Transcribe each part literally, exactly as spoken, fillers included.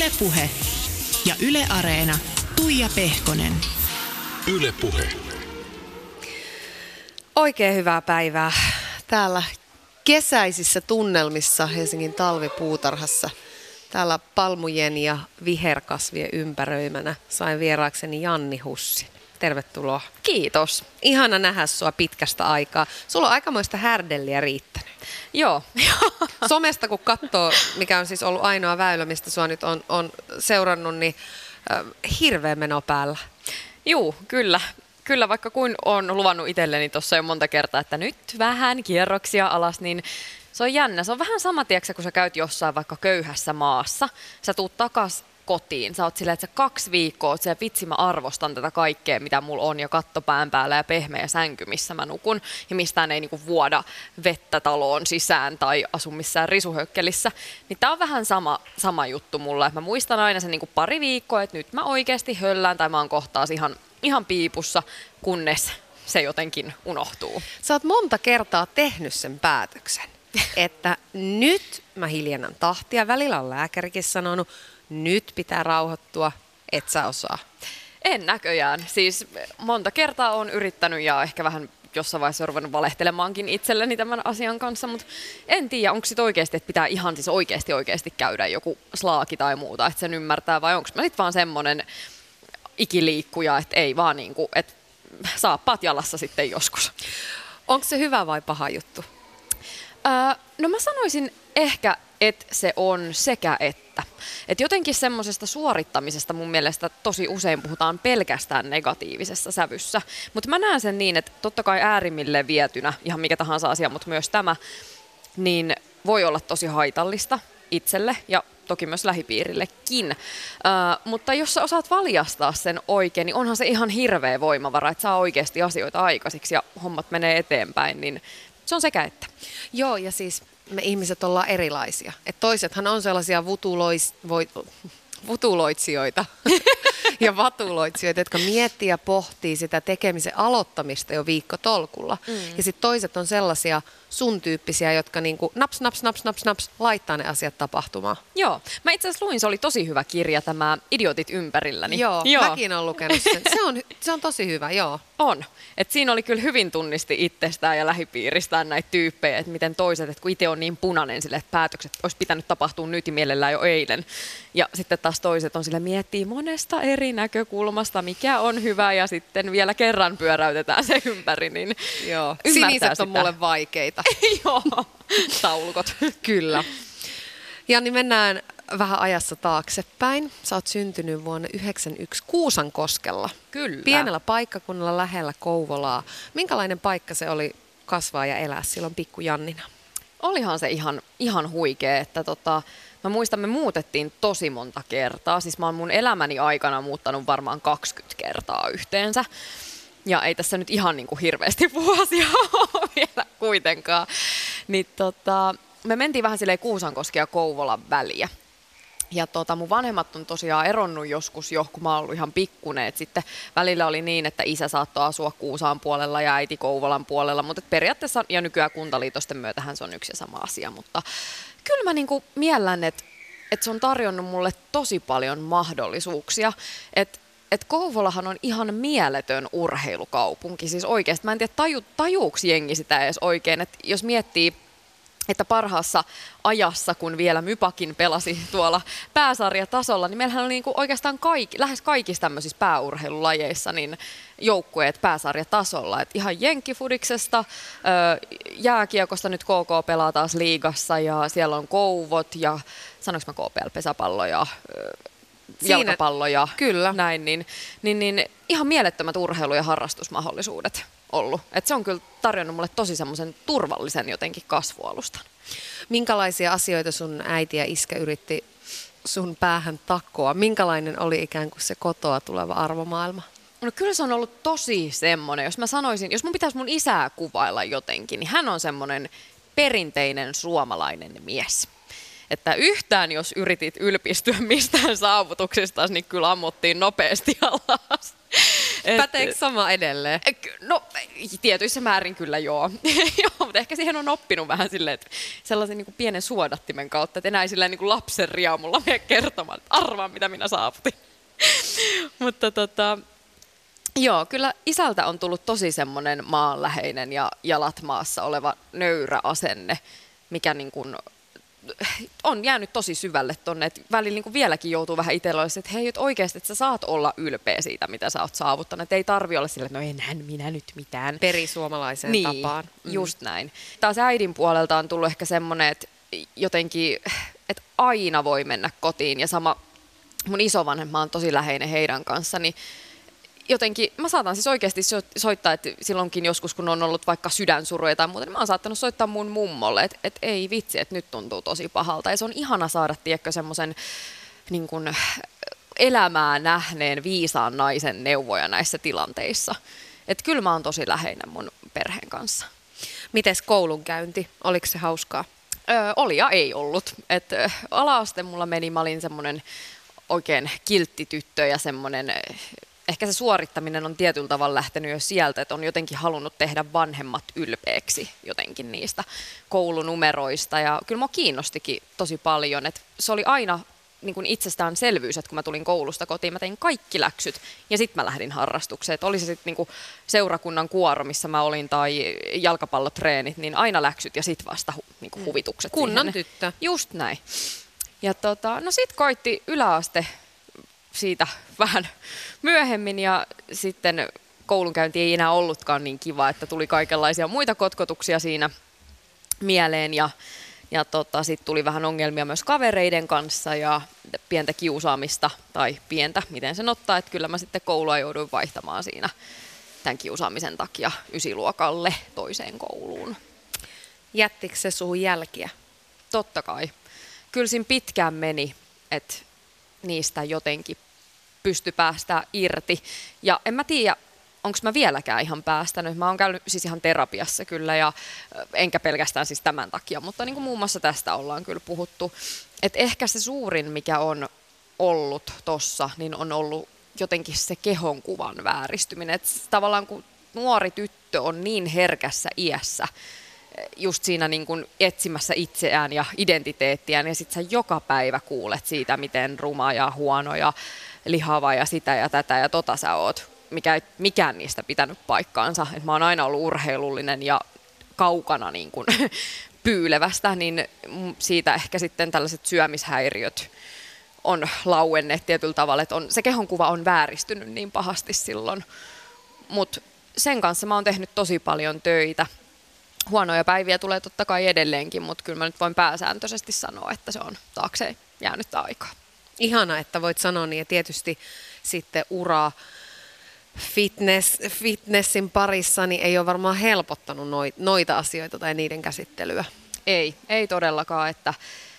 Yle Puhe ja Yle Areena. Tuija Pehkonen. Yle Puhe. Oikein hyvää päivää täällä kesäisissä tunnelmissa Helsingin talvipuutarhassa. Täällä palmujen ja viherkasvien ympäröimänä sain vieraakseni Janni Hussin. Tervetuloa. Kiitos. Ihana nähdä sua pitkästä aikaa. Sulla on aikamoista härdelliä riittänyt. Joo. Somesta kun katsoo, mikä on siis ollut ainoa väylä, mistä sua nyt on, on seurannut, niin äh, hirveä meno päällä. Juu, kyllä. Kyllä, vaikka kuin on luvannut itselleni tuossa jo monta kertaa, että nyt vähän kierroksia alas, niin se on jännä. Se on vähän sama, tiedätkö, kun sä käyt jossain vaikka köyhässä maassa. Sä tuut takas kotiin. Sä oot silleen, että sä kaksi viikkoa oot siellä, vitsi mä arvostan tätä kaikkea, mitä mulla on, ja katto pään päällä ja pehmeä sänky, missä mä nukun, ja mistään ei niinku vuoda vettä taloon sisään tai asu missään risuhökkelissä. Niin tää on vähän sama, sama juttu mulla, että mä muistan aina sen niinku pari viikkoa, että nyt mä oikeasti höllään tai mä oon kohtaas ihan, ihan piipussa, kunnes se jotenkin unohtuu. Sä oot monta kertaa tehnyt sen päätöksen, että nyt mä hiljennan tahtia. Välillä on lääkärikin sanonut, nyt pitää rauhoittua, et sä osaa. En näköjään. Siis monta kertaa olen yrittänyt ja ehkä vähän jossain vaiheessa ruvennut valehtelemaankin itselleni tämän asian kanssa, mutta en tiedä, onko sit oikeasti, että pitää ihan siis oikeasti oikeasti käydä joku slaaki tai muuta, että sen ymmärtää, vai onko mä sit vaan semmonen ikiliikkuja, että ei vaan niinku, että saappaat jalassa sitten joskus. Onko se hyvä vai paha juttu? Öö, no mä sanoisin ehkä, että se on sekä että. Et jotenkin semmoisesta suorittamisesta mun mielestä tosi usein puhutaan pelkästään negatiivisessa sävyssä. Mutta mä näen sen niin, että totta kai äärimmilleen vietynä, ihan mikä tahansa asia, mutta myös tämä, niin voi olla tosi haitallista itselle ja toki myös lähipiirillekin. Ö, mutta jos sä osaat valjastaa sen oikein, niin onhan se ihan hirveä voimavara, että saa oikeasti asioita aikaisiksi ja hommat menee eteenpäin, niin se on sekä että. Joo, ja siis me ihmiset ollaan erilaisia. Et toisethan on sellaisia vutulois, voi, vutuloitsijoita ja vatuloitsijoita, jotka miettii ja pohtii sitä tekemisen aloittamista jo viikkotolkulla. Mm. Ja sitten toiset on sellaisia sun tyyppisiä, jotka niinku naps, naps, naps, naps, naps, laittaa ne asiat tapahtumaan. Joo. Mä itse asiassa luin, se oli tosi hyvä kirja, tämä Idiotit ympärilläni. Joo, joo. Mäkin olen lukenut sen. Se on, se on tosi hyvä, joo. On. Et siinä oli kyllä hyvin tunnisti itsestään ja lähipiiristään näitä tyyppejä, että miten toiset, että kun itse on niin punainen sille, että päätökset olisi pitänyt tapahtua nyt ja mielellään jo eilen. Ja sitten taas toiset on sille miettii monesta eri näkökulmasta, mikä on hyvä, ja sitten vielä kerran pyöräytetään se ympäri, niin joo. Siniset sitä. On mulle vaikeita. Joo, taulukot. Kyllä. Ja niin mennään vähän ajassa taaksepäin. Sä oot syntynyt vuonna yhdeksänkymmentäyksi Kuusankoskella. Kyllä. Pienellä paikkakunnalla lähellä Kouvolaa. Minkälainen paikka se oli kasvaa ja elää silloin pikku Jannina? Olihan se ihan, ihan huikea, että tota, mä muistan, me muutettiin tosi monta kertaa. Siis mä oon mun elämäni aikana muuttanut varmaan kaksikymmentä kertaa yhteensä. Ja ei tässä nyt ihan niin kuin hirveästi vuosia ole vielä kuitenkaan. Niin tota, me mentiin vähän silleen Kuusankoski ja Kouvolan väliä. Ja tota, mun vanhemmat on tosiaan eronnut joskus jo, kun mä oon ollut ihan pikkunen. Et sitten välillä oli niin, että isä saattoi asua Kuusaan puolella ja äiti Kouvolan puolella. Mutta periaatteessa, ja nykyään kuntaliitosten myötähän se on yksi ja sama asia. Mutta kyllä mä niinku miellän, että et se on tarjonnut mulle tosi paljon mahdollisuuksia. Että Et Kouvolahan on ihan mieletön urheilukaupunki. Siis oikeasti, mä en tiedä taju, tajuuks jengi sitä edes oikein. Et jos miettii, että parhaassa ajassa, kun vielä Mypakin pelasi tuolla pääsarjatasolla, niin meillähän oli niinku oikeastaan kaikki, lähes kaikissa tämmöisissä pääurheilulajeissa niin joukkueet pääsarjatasolla. Et ihan jenkkifudiksesta, jääkiekosta nyt K K pelaa taas liigassa ja siellä on Kouvot ja sanoinko mä K P L-pesäpallo ja jalkapallo ja kyllä. näin, niin, niin, niin ihan mielettömät urheilu- ja harrastusmahdollisuudet ollut. Et se on kyllä tarjonnut mulle tosi semmoisen turvallisen jotenkin kasvualustan. Minkälaisia asioita sun äiti ja iskä yritti sun päähän takoa? Minkälainen oli ikään kuin se kotoa tuleva arvomaailma? No kyllä se on ollut tosi semmoinen, jos mä sanoisin, jos mun pitäisi mun isää kuvailla jotenkin, niin hän on semmoinen perinteinen suomalainen mies. Että yhtään jos yritit ylpistyä mistään saavutuksista, niin kyllä ammuttiin nopeasti alas. Päteekö sama edelleen? No tietyissä määrin kyllä joo. joo, mutta ehkä siihen on oppinut vähän silleen, että sellaisen niin kuin pienen suodattimen kautta, että enää ei silleen niin kuin lapsen riemulla mene kertomaan, että arvaa mitä minä saavutin. mutta tota, joo, kyllä isältä on tullut tosi semmoinen maanläheinen ja jalat maassa oleva nöyrä asenne, mikä niin kuin on jäänyt tosi syvälle tonne, että välillä niin kuin vieläkin joutuu vähän itsellä olla, että hei, että oikeasti, että sä saat olla ylpeä siitä, mitä sä oot saavuttanut. Että ei tarvi olla sillä, että no enhän minä nyt mitään. Perisuomalaiseen niin, tapaan. Mm. Just näin. Taas äidin puolelta on tullut ehkä semmoinen, että jotenkin, että aina voi mennä kotiin ja sama mun isovanhemma on tosi läheinen heidän kanssa, niin jotenkin, mä saatan siis oikeasti soittaa, että silloinkin joskus, kun on ollut vaikka sydänsuruja tai muuta, niin mä oon saattanut soittaa mun mummolle, että, että ei vitsi, että nyt tuntuu tosi pahalta. Ja se on ihana saada, tiedätkö, semmoisen niin kuin elämää nähneen viisaan naisen neuvoja näissä tilanteissa. Että kyllä mä oon tosi läheinen mun perheen kanssa. Mites koulunkäynti? Oliko se hauskaa? Öö, oli ja ei ollut. Et, ö, ala-aste mulla meni, mä olin semmoinen oikein kiltti tyttö ja semmoinen... Ehkä se suorittaminen on tietyllä tavalla lähtenyt jo sieltä, että on jotenkin halunnut tehdä vanhemmat ylpeäksi jotenkin niistä koulunumeroista. Ja kyllä mua kiinnostikin tosi paljon, että se oli aina niin kuin itsestäänselvyys, että kun mä tulin koulusta kotiin, mä tein kaikki läksyt ja sitten mä lähdin harrastukseen. Että oli se sitten niin kuin seurakunnan kuoro, missä mä olin, tai jalkapallotreenit, niin aina läksyt ja sitten vasta hu, niin kuin huvitukset. Kunnon siihen. tyttö. Just näin. Ja tota, no sitten koitti yläaste siitä vähän myöhemmin ja sitten koulunkäynti ei enää ollutkaan niin kiva, että tuli kaikenlaisia muita kotkotuksia siinä mieleen ja, ja tota, sitten tuli vähän ongelmia myös kavereiden kanssa ja pientä kiusaamista tai pientä, miten sen ottaa, että kyllä mä sitten koulua jouduin vaihtamaan siinä tämän kiusaamisen takia ysiluokalle toiseen kouluun. Jättikö se suhun jälkiä? Totta kai. Kyllä siinä pitkään meni, että niistä jotenkin pysty päästään irti. Ja en mä tiedä, onko mä vieläkään ihan päästänyt. Mä oon käynyt siis ihan terapiassa kyllä, ja enkä pelkästään siis tämän takia, mutta niin kuin muun muassa tästä ollaan kyllä puhuttu. Että ehkä se suurin, mikä on ollut tossa, niin on ollut jotenkin se kehonkuvan vääristyminen. Että tavallaan kun nuori tyttö on niin herkässä iässä, just siinä niin kuin etsimässä itseään ja identiteettiään, ja sitten sä joka päivä kuulet siitä, miten ruma ja huono ja lihava ja sitä ja tätä ja tota sä oot, mikä ei mikään niistä pitänyt paikkaansa. Et mä oon aina ollut urheilullinen ja kaukana niin kuin pyylevästä, niin siitä ehkä sitten tällaiset syömishäiriöt on lauenneet tietyllä tavalla, että on, se kehonkuva on vääristynyt niin pahasti silloin. Mutta sen kanssa mä oon tehnyt tosi paljon töitä. Huonoja päiviä tulee totta kai edelleenkin, mutta kyllä mä nyt voin pääsääntöisesti sanoa, että se on taakse jäänyt aikaa. Ihana, että voit sanoa niin, ja tietysti sitten ura fitness, fitnessin parissa niin ei ole varmaan helpottanut noita asioita tai niiden käsittelyä. Ei, ei todellakaan, että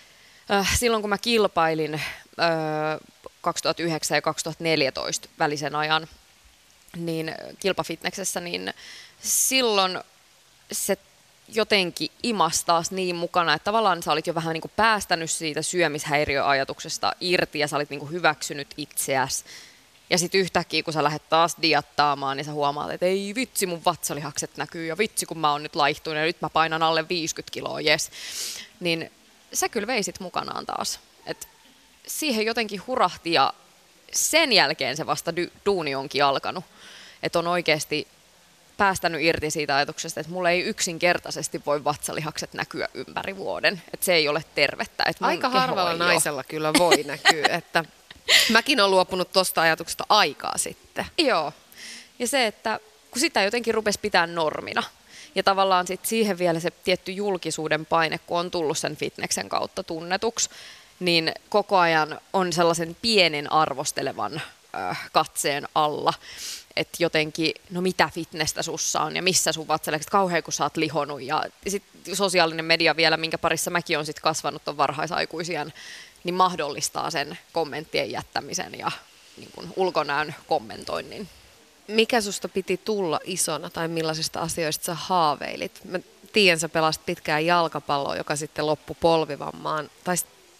äh, silloin kun mä kilpailin äh, kaksituhattayhdeksän ja kaksituhattaneljätoista välisen ajan, niin kilpafitneksessä, niin silloin se jotenkin imas taas niin mukana, että tavallaan sä olit jo vähän niin kuin päästänyt siitä syömishäiriöajatuksesta irti ja sä olit niin kuin hyväksynyt itseäsi. Ja sitten yhtäkkiä, kun sä lähdet taas diattaamaan, niin sä huomaat, että ei vitsi, mun vatsalihakset näkyy ja vitsi, kun mä oon nyt laihtunut ja nyt mä painan alle viisikymmentä kiloa, jes. Niin sä kyllä veisit mukanaan taas. Et siihen jotenkin hurahti ja sen jälkeen se vasta dy- duuni onkin alkanut. Että on oikeasti päästänyt irti siitä ajatuksesta, että mulla ei yksinkertaisesti voi vatsalihakset näkyä ympäri vuoden. Että se ei ole tervettä. Että aika harvalla naisella kyllä voi näkyä, että mäkin olen luopunut tuosta ajatuksesta aikaa sitten. Joo. Ja se, että kun sitä jotenkin rupesi pitää normina. Ja tavallaan sit siihen vielä se tietty julkisuuden paine, kun on tullut sen fitneksen kautta tunnetuksi, niin koko ajan on sellaisen pienen arvostelevan äh, katseen alla. Että jotenkin, no mitä fitnessä sussa on ja missä sun vatsalihakset, kauhean kun sä oot lihonut. Ja sitten sosiaalinen media vielä, minkä parissa mäkin on sit kasvanut on varhaisaikuisiän, niin mahdollistaa sen kommenttien jättämisen ja niin kun ulkonäön kommentoinnin. Mikä susta piti tulla isona tai millaisista asioista sä haaveilit? Mä tiedän, sä pelasit pitkään jalkapalloa, joka sitten loppui polvivammaan. Tai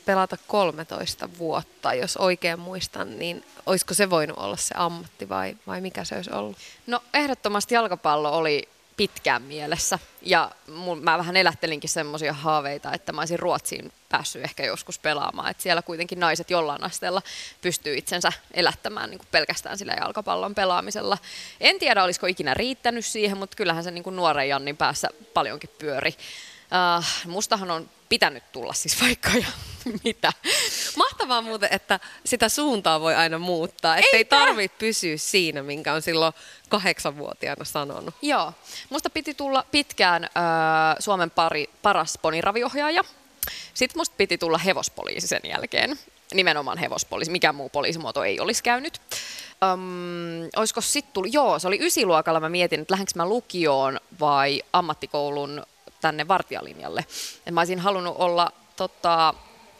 pelata kolmetoista vuotta, jos oikein muistan, niin olisiko se voinut olla se ammatti vai, vai mikä se olisi ollut? No ehdottomasti jalkapallo oli pitkään mielessä ja mun, mä vähän elättelinkin semmoisia haaveita, että mä olisin Ruotsiin päässyt ehkä joskus pelaamaan. Et siellä kuitenkin naiset jollain asteella pystyy itsensä elättämään niin kuin pelkästään sillä jalkapallon pelaamisella. En tiedä, olisiko ikinä riittänyt siihen, mutta kyllähän se niin kuin nuoren Jannin päässä paljonkin pyöri. Uh, mustahan on pitänyt tulla siis vaikka ja mitä. Mahtavaa muuten, että sitä suuntaa voi aina muuttaa, ettei tarvitse pysyä siinä, minkä on silloin kahdeksanvuotiaana sanonut. Joo. Musta piti tulla pitkään uh, Suomen pari, paras poniraviohjaaja. Sitten musta piti tulla hevospoliisi sen jälkeen. Nimenomaan hevospoliisi. Mikään muu poliisimuoto ei olisi käynyt. Um, olisiko sitten tullut? Joo, se oli ysiluokalla. Mä mietin, että lähdenkö mä lukioon vai ammattikoulun tänne vartijalinjalle. Et mä olisin halunnut olla tota,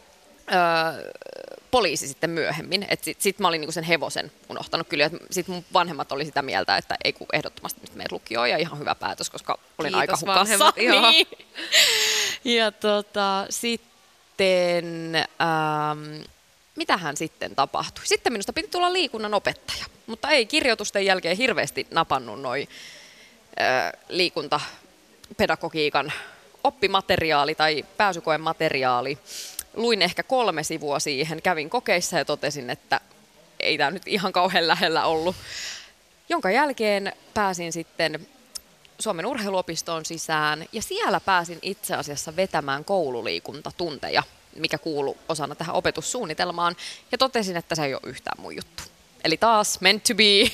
öö, poliisi sitten myöhemmin. Sitten sit mä olin niinku sen hevosen unohtanut kyllä. Sitten mun vanhemmat oli sitä mieltä, että ei kun ehdottomasti nyt menet lukioon ja ihan hyvä päätös, koska olin Kiitos, aika hukassa. Niin. Ja tota, sitten, ähm, mitähän sitten tapahtui? Sitten minusta piti tulla liikunnan opettaja, mutta ei kirjoitusten jälkeen hirveästi napannut noi äh, liikunta pedagogiikan oppimateriaali tai pääsykoemateriaali. Luin ehkä kolme sivua siihen, kävin kokeissa ja totesin, että ei tämä nyt ihan kauhean lähellä ollut. Jonka jälkeen pääsin sitten Suomen urheiluopistoon sisään ja siellä pääsin itse asiassa vetämään koululiikuntatunteja, mikä kuului osana tähän opetussuunnitelmaan ja totesin, että se ei ole yhtään mun juttu. Eli taas meant to be.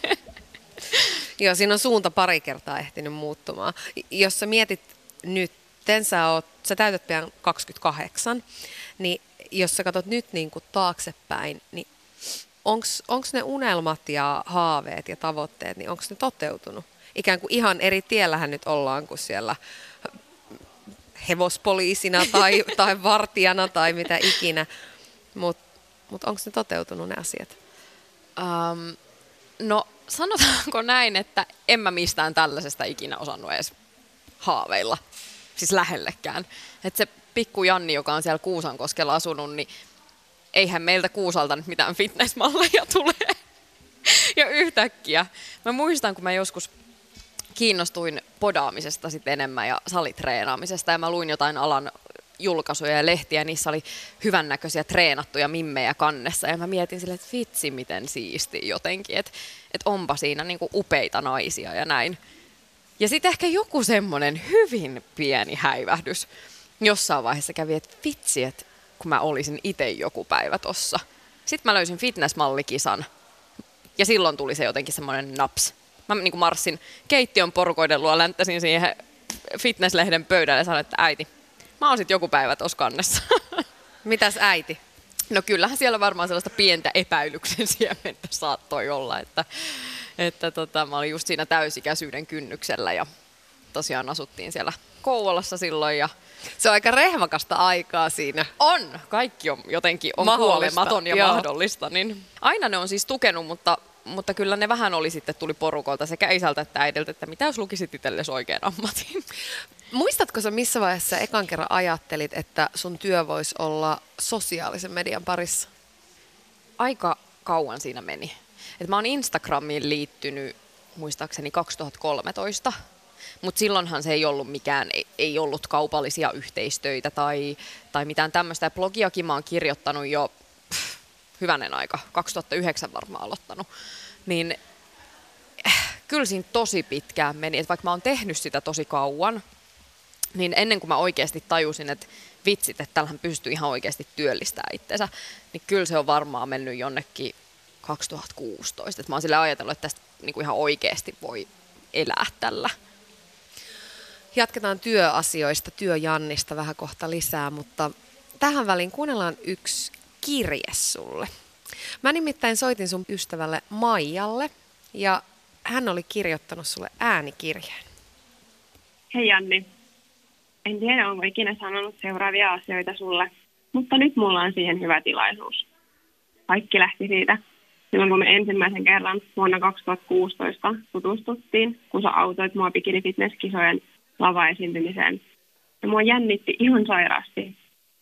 Joo, siinä on suunta pari kertaa ehtinyt muuttumaan. Jos sä mietit nyt, sä, oot, sä täytät pian kaksikymmentäkahdeksan, niin jos sä katsot nyt niin kuin taaksepäin, niin onko ne unelmat ja haaveet ja tavoitteet, niin onko ne toteutunut? Ikään kuin ihan eri tiellähän nyt ollaan kuin siellä hevospoliisina tai, tai vartijana tai mitä ikinä, mutta mut onko ne toteutunut ne asiat? Um, no sanotaanko näin, että en mä mistään tällaisesta ikinä osannut edes haaveilla, siis lähellekään. Että se pikku Janni, joka on siellä Kuusankoskella asunut, niin eihän meiltä Kuusalta nyt mitään fitnessmalleja tule. Ja yhtäkkiä. Mä muistan, kun mä joskus kiinnostuin podaamisesta sit enemmän ja salitreenaamisesta ja mä luin jotain alan julkaisuja ja lehtiä ja niissä oli hyvännäköisiä treenattuja mimmejä kannessa ja mä mietin silleen, että vitsi miten siisti jotenkin, että et onpa siinä niinku upeita naisia ja näin. Ja sitten ehkä joku semmoinen hyvin pieni häivähdys jossain vaiheessa kävi, että vitsi, että kun mä olisin itse joku päivä tossa. Sitten mä löysin fitnessmallikisan ja silloin tuli se jotenkin semmoinen naps. Mä niin kuin marssin keittiön porukoiden luo, länttäsin siihen fitnesslehden pöydälle ja sanoin, että äiti, mä oon sit joku päivä tossa kannessa. Mitäs äiti? No kyllähän siellä varmaan sellaista pientä epäilyksen siementä saattoi olla, että, että tota, mä olin just siinä täysikäisyyden kynnyksellä ja tosiaan asuttiin siellä Kouvolassa silloin. Ja se on aika rehvakasta aikaa siinä. On, kaikki on jotenkin on kuolematon ja Joo. mahdollista. Niin aina ne on siis tukenut, mutta, mutta kyllä ne vähän oli sitten tuli porukolta sekä isältä että äidiltä, että mitä jos lukisit itsellesi oikein ammatin. Muistatko sä missä vaiheessa ekan kerran ajattelit, että sun työ voisi olla sosiaalisen median parissa? Aika kauan siinä meni. Et mä oon Instagramiin liittynyt muistaakseni kaksituhattakolmetoista, mutta silloinhan se ei ollut mikään, ei, ei ollut kaupallisia yhteistöitä tai, tai mitään tämmöistä. Ja blogiakin mä oon kirjoittanut jo pff, hyvänen aika, kaksituhattayhdeksän varmaan aloittanut. Niin äh, kyllä siinä tosi pitkään meni, että vaikka mä oon tehnyt sitä tosi kauan, niin ennen kuin mä oikeasti tajusin, että vitsit, että tällähän pystyy ihan oikeasti työllistämään itsensä, niin kyllä se on varmaan mennyt jonnekin kaksituhattakuusitoista. Että mä oon sillä ajatellut, että tästä niin kuin ihan oikeasti voi elää tällä. Jatketaan työasioista, työjannista vähän kohta lisää, mutta tähän väliin kuunnellaan yksi kirje sulle. Mä nimittäin soitin sun ystävälle Maijalle ja hän oli kirjoittanut sulle äänikirjeen. Hei Janni. En tiedä, onko ikinä sanonut seuraavia asioita sulle, mutta nyt mulla on siihen hyvä tilaisuus. Kaikki lähti siitä, silloin kun me ensimmäisen kerran vuonna kaksituhattakuusitoista tutustuttiin, kun sä autoit mua bikini fitness-kisojen lava-esiintymiseen. Ja mua jännitti ihan sairaasti.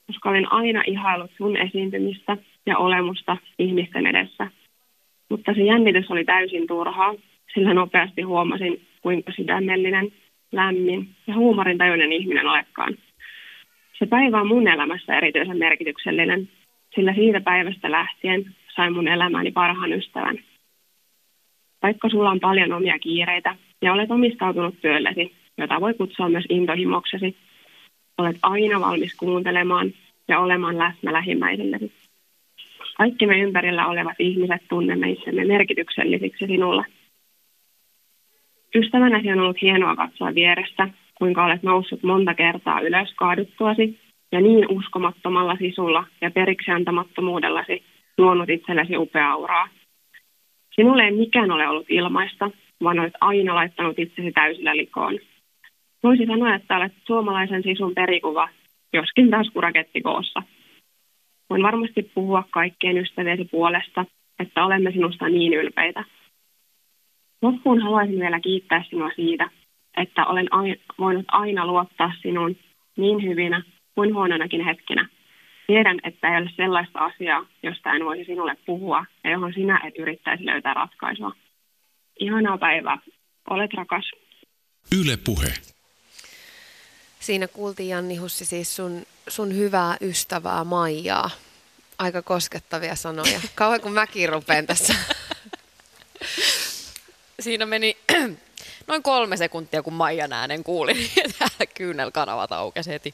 koska olin aina ihaillut sun esiintymistä ja olemusta ihmisten edessä. Mutta se jännitys oli täysin turhaa, sillä nopeasti huomasin, kuinka sydämellinen, lämmin ja huumorintajuinen ihminen oletkaan. Se päivä on mun elämässä erityisen merkityksellinen, sillä siitä päivästä lähtien sain mun elämääni parhaan ystävän. Vaikka sulla on paljon omia kiireitä ja olet omistautunut työllesi, jota voi kutsua myös intohimoksesi, olet aina valmis kuuntelemaan ja olemaan läsnä lähimmäisillesi. Kaikki me ympärillä olevat ihmiset tunnemme itsemme merkityksellisiksi sinulle. Ystävänäsi on ollut hienoa katsoa vierestä, kuinka olet noussut monta kertaa ylös kaaduttuasi ja niin uskomattomalla sisulla ja periksi antamattomuudellasi luonut itsellesi upea auraa. Sinulle ei mikään ole ollut ilmaista, vaan olet aina laittanut itsesi täysillä likoon. Voisi sanoa, että olet suomalaisen sisun perikuva, joskin taskuraketti koossa. Voin varmasti puhua kaikkien ystäviesi puolesta, että olemme sinusta niin ylpeitä. Loppuun haluaisin vielä kiittää sinua siitä, että olen aina, voinut aina luottaa sinuun niin hyvinä kuin huononakin hetkinä. Tiedän, että ei ole sellaista asiaa, josta en voisi sinulle puhua ja johon sinä et yrittäisi löytää ratkaisua. Ihanaa päivää. Olet rakas. Yle Puhe. Siinä kuultiin, Janni Hussi, siis sun, sun hyvää ystävää Maijaa. Aika koskettavia sanoja. Kauan kun mäkin rupean tässä. Siinä meni noin kolme sekuntia, kun Maijan äänen kuulin, niin täällä kyynelkanavat aukesi heti.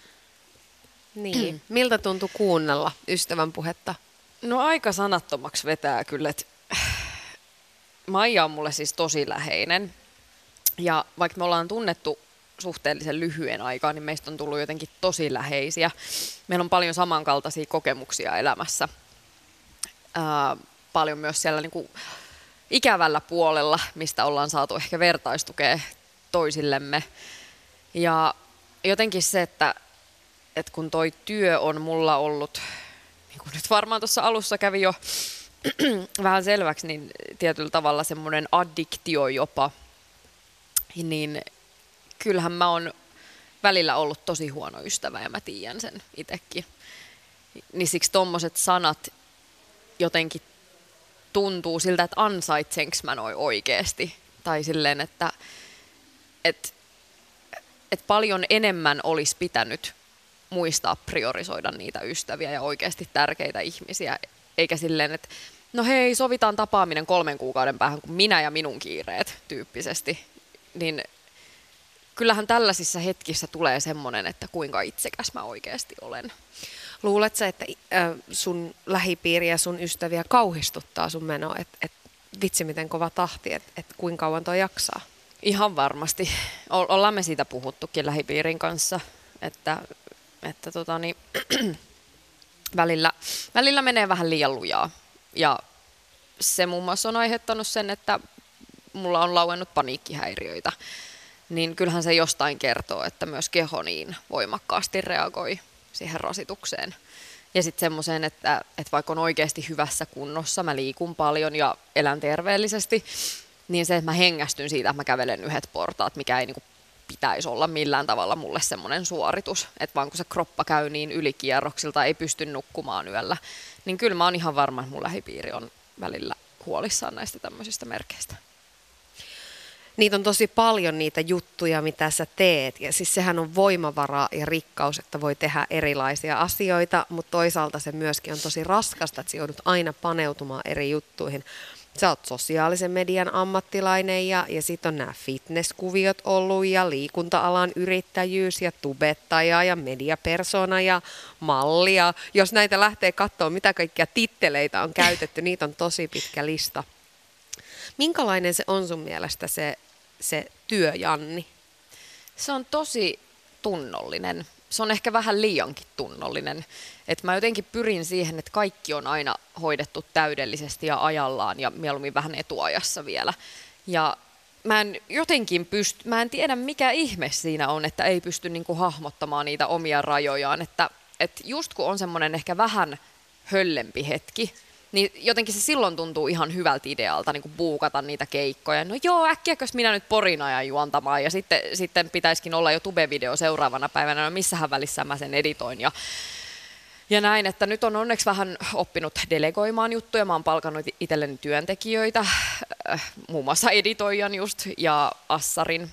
Niin. Miltä tuntui kuunnella ystävän puhetta? No aika sanattomaksi vetää kyllä, että Maija on mulle siis tosi läheinen. Ja vaikka me ollaan tunnettu suhteellisen lyhyen aikaa, niin meistä on tullut jotenkin tosi läheisiä. Meillä on paljon samankaltaisia kokemuksia elämässä. Ää, paljon myös siellä niin kuin ikävällä puolella, mistä ollaan saatu ehkä vertaistukea toisillemme. Ja jotenkin se, että, että kun toi työ on mulla ollut, niin kuin nyt varmaan tuossa alussa kävi jo vähän selväksi, niin tietyllä tavalla semmoinen addiktio jopa, niin kyllähän mä oon välillä ollut tosi huono ystävä ja mä tiedän sen itsekin. Niin siksi tommoset sanat jotenkin tuntuu siltä, että ansaitsenko mä noin oikeesti. Tai silleen, että et, et paljon enemmän olisi pitänyt muistaa priorisoida niitä ystäviä ja oikeasti tärkeitä ihmisiä. Eikä silleen, että no hei, sovitaan tapaaminen kolmen kuukauden päähän, kun minä ja minun kiireet tyyppisesti. Niin kyllähän tällaisissa hetkissä tulee semmoinen, että kuinka itsekäs mä oikeasti olen. Luuletko, että sun lähipiiri ja sun ystäviä kauhistuttaa sun meno, että et, vitsi miten kova tahti, että et kuinka kauan toi jaksaa? Ihan varmasti. O- ollaan me siitä puhuttukin lähipiirin kanssa, että, että tota niin, välillä, välillä menee vähän liian lujaa. Ja se muun muassa on aiheuttanut sen, että mulla on lauennut paniikkihäiriöitä. Niin kyllähän se jostain kertoo, että myös keho niin voimakkaasti reagoi siihen rasitukseen. Ja sitten semmoiseen, että, että vaikka on oikeasti hyvässä kunnossa, mä liikun paljon ja elän terveellisesti, niin se, että mä hengästyn siitä, että mä kävelen yhdet portaat, mikä ei niinku pitäisi olla millään tavalla mulle semmoinen suoritus. Että vaan kun se kroppa käy niin ylikierroksilta, ei pysty nukkumaan yöllä, niin kyllä mä oon ihan varma, että mun lähipiiri on välillä huolissaan näistä tämmöisistä merkeistä. Niitä on tosi paljon niitä juttuja, mitä sä teet. Ja siis sehän on voimavara ja rikkaus, että voi tehdä erilaisia asioita, mutta toisaalta se myöskin on tosi raskasta, että sä joudut aina paneutumaan eri juttuihin. Sä oot sosiaalisen median ammattilainen ja, ja sitten on nämä fitnesskuviot ollut ja liikunta-alan yrittäjyys ja tubettaja ja mediapersona ja mallia. Jos näitä lähtee katsoa, mitä kaikkia titteleitä on käytetty, niitä on tosi pitkä lista. Minkälainen se on sun mielestä se, se työ, Janni? Se on tosi tunnollinen. Se on ehkä vähän liiankin tunnollinen. Et mä jotenkin pyrin siihen, että kaikki on aina hoidettu täydellisesti ja ajallaan ja mieluummin vähän etuajassa vielä. Ja mä en jotenkin pysty, mä en tiedä mikä ihme siinä on, että ei pysty niinku hahmottamaan niitä omia rajojaan. Että et just kun on semmoinen ehkä vähän höllempi hetki, niin jotenkin se silloin tuntuu ihan hyvältä idealta niin kuin buukata niitä keikkoja. No joo, äkkiäkös minä nyt Porin ajan juontamaan ja sitten, sitten pitäisikin olla jo tube-video seuraavana päivänä. No missähän välissä mä sen editoin ja Ja näin, että nyt on onneksi vähän oppinut delegoimaan juttuja. Mä oon palkannut itselleni työntekijöitä, äh, muun muassa editoijan just ja assarin.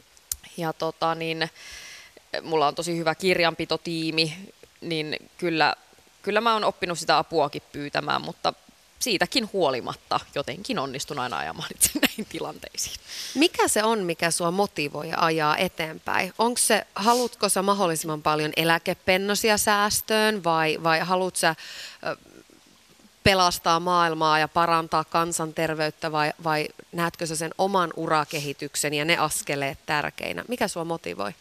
Ja tota niin, mulla on tosi hyvä kirjanpitotiimi, niin kyllä, kyllä mä oon oppinut sitä apuakin pyytämään, mutta siitäkin huolimatta jotenkin onnistun aina ajamaan itse näihin tilanteisiin. Mikä se on, mikä sua motivoi ja ajaa eteenpäin? Onko se, haluatko sä mahdollisimman paljon eläkepennosia säästöön vai, vai haluatko sä ö, pelastaa maailmaa ja parantaa kansanterveyttä vai, vai näetkö sä sen oman urakehityksen ja ne askeleet tärkeinä? Mikä sua motivoi?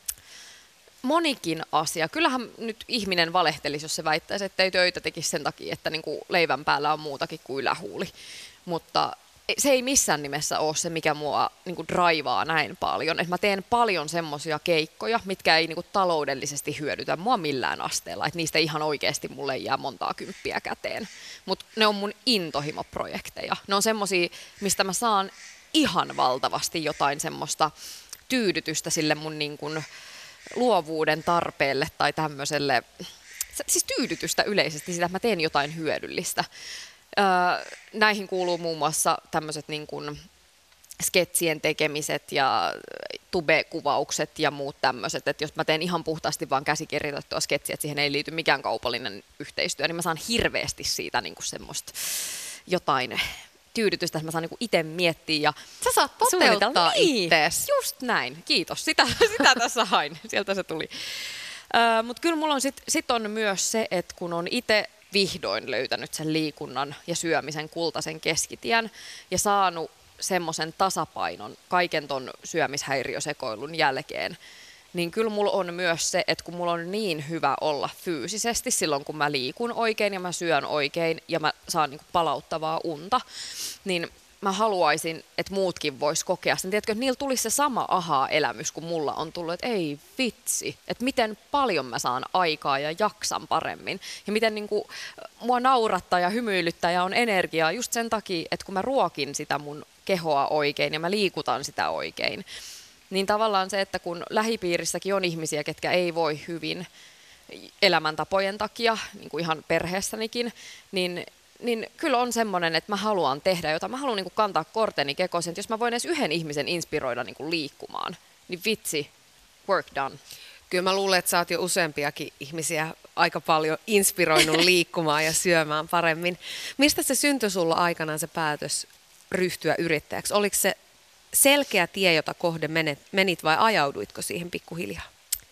Monikin asia. Kyllähän nyt ihminen valehtelisi, jos se väittäisi, että ei töitä tekisi sen takia, että niin kuin leivän päällä on muutakin kuin ylähuuli. Mutta se ei missään nimessä ole se, mikä mua niin kuin draivaa näin paljon. Et mä teen paljon semmoisia keikkoja, mitkä ei niin kuin taloudellisesti hyödytä mua millään asteella. Et niistä ihan oikeasti mulle ei jää montaa kymppiä käteen. Mutta ne on mun intohimoprojekteja. Ne on semmoisia, mistä mä saan ihan valtavasti jotain semmoista tyydytystä sille mun niin kuin luovuuden tarpeelle tai tämmöiselle, siis tyydytystä yleisesti sitä, että mä teen jotain hyödyllistä. Öö, näihin kuuluu muun muassa tämmöiset niin kuin sketsien tekemiset ja tube-kuvaukset ja muut tämmöiset, että jos mä teen ihan puhtaasti vaan käsikirjoitettua sketsiä, että siihen ei liity mikään kaupallinen yhteistyö, niin mä saan hirveästi siitä niin kuin semmoista jotain tyydytystä, että mä saan niinku itse miettiä ja sä saat toteuttaa niin, ittees. Just näin, kiitos. Sitä, sitä tässä hain, sieltä se tuli. Äh, Mutta kyllä mulla on sit, sit on myös se, että kun on itse vihdoin löytänyt sen liikunnan ja syömisen kultaisen keskitien ja saanut semmoisen tasapainon kaiken ton syömishäiriösekoilun jälkeen, niin kyllä mulla on myös se, että kun mulla on niin hyvä olla fyysisesti silloin, kun mä liikun oikein ja mä syön oikein ja mä saan niinku palauttavaa unta, niin mä haluaisin, että muutkin vois kokea sen. Tiedätkö, että niillä tulisi se sama aha-elämys, kun mulla on tullut, että ei vitsi, että miten paljon mä saan aikaa ja jaksan paremmin. Ja miten niinku mua naurattaa ja hymyilyttää ja on energiaa just sen takia, että kun mä ruokin sitä mun kehoa oikein ja mä liikutan sitä oikein, niin tavallaan se, että kun lähipiirissäkin on ihmisiä, ketkä ei voi hyvin elämäntapojen takia, niin kuin ihan perheessänikin, niin, niin kyllä on semmoinen, että mä haluan tehdä jotain. Mä haluan niin kuin kantaa korteni kekoon, että jos mä voin edes yhden ihmisen inspiroida niin kuin liikkumaan, niin vitsi, work done. Kyllä mä luulen, että sä oot jo useampiakin ihmisiä aika paljon inspiroinut liikkumaan ja syömään paremmin. Mistä se syntyi sulla aikanaan se päätös ryhtyä yrittäjäksi? Oliko se selkeä tie, jota kohden menit vai ajauduitko siihen pikkuhiljaa?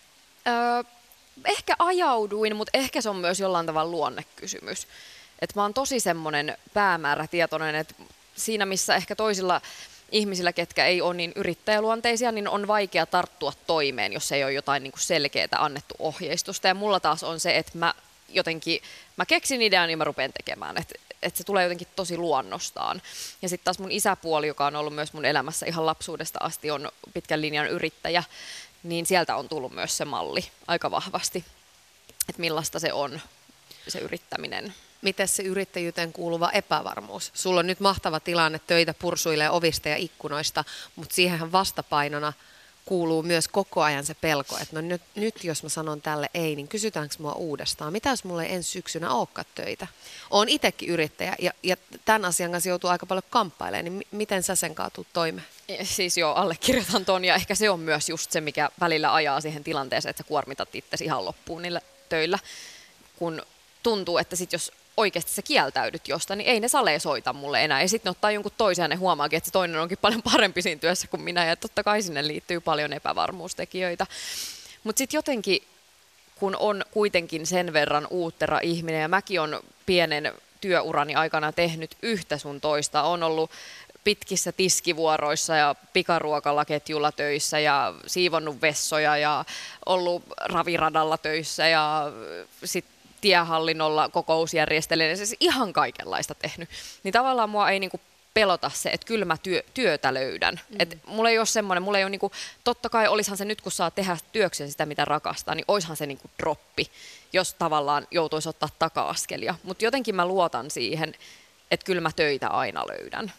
Öö, ehkä ajauduin, mutta ehkä se on myös jollain tavalla luonnekysymys. Et mä oon tosi semmoinen päämäärätietoinen, että siinä missä ehkä toisilla ihmisillä, ketkä ei ole niin yrittäjäluonteisia, niin on vaikea tarttua toimeen, jos ei ole jotain niin kuin selkeää annettu ohjeistusta. Ja mulla taas on se, että mä jotenkin, mä keksin idean, niin mä rupean tekemään. Että että se tulee jotenkin tosi luonnostaan. Ja sitten taas mun isäpuoli, joka on ollut myös mun elämässä ihan lapsuudesta asti, on pitkän linjan yrittäjä, niin sieltä on tullut myös se malli aika vahvasti, että millaista se on, se yrittäminen. Miten se yrittäjyyteen kuuluva epävarmuus? Sulla on nyt mahtava tilanne, töitä pursuilee ovista ja ikkunoista, mutta siihenhän vastapainona kuuluu myös koko ajan se pelko, että no nyt, nyt jos mä sanon tälle ei, niin kysytäänkö mua uudestaan? Mitä jos mulla ei ensi syksynä olekaan töitä? Oon itsekin yrittäjä ja, ja tämän asian kanssa joutuu aika paljon kamppailemaan, niin m- miten sä sen kaatut toimeen? Siis joo, allekirjoitan ton ja ehkä se on myös just se, mikä välillä ajaa siihen tilanteeseen, että sä kuormitat itsesi ihan loppuun niillä töillä, kun tuntuu, että sit jos oikeasti sä kieltäydyt jostain, niin ei ne salee soita mulle enää. Ja sitten ne ottaa jonkun toisen ja ne huomaakin, että se toinen onkin paljon parempi siinä työssä kuin minä. Ja totta kai sinne liittyy paljon epävarmuustekijöitä. Mutta sitten jotenkin, kun on kuitenkin sen verran uuttera ihminen, ja mäkin on pienen työurani aikana tehnyt yhtä sun toista, on ollut pitkissä tiskivuoroissa ja pikaruokalaketjulla töissä ja siivonnut vessoja ja ollut raviradalla töissä ja sitten tiehallinnolla kokousjärjestelijänä, siis ihan kaikenlaista tehnyt. Niin tavallaan mua ei niinku pelota se, että kyllä mä työ, työtä löydän. Mm. Et mulla ei ole semmoinen, mulla ei ole niinku, totta kai olisihan se nyt, kun saa tehdä työkseen sitä, mitä rakastaa, niin oishan se niinku droppi, jos tavallaan joutuisi ottaa taka-askelia. Mutta jotenkin mä luotan siihen, että kyllä mä töitä aina löydän.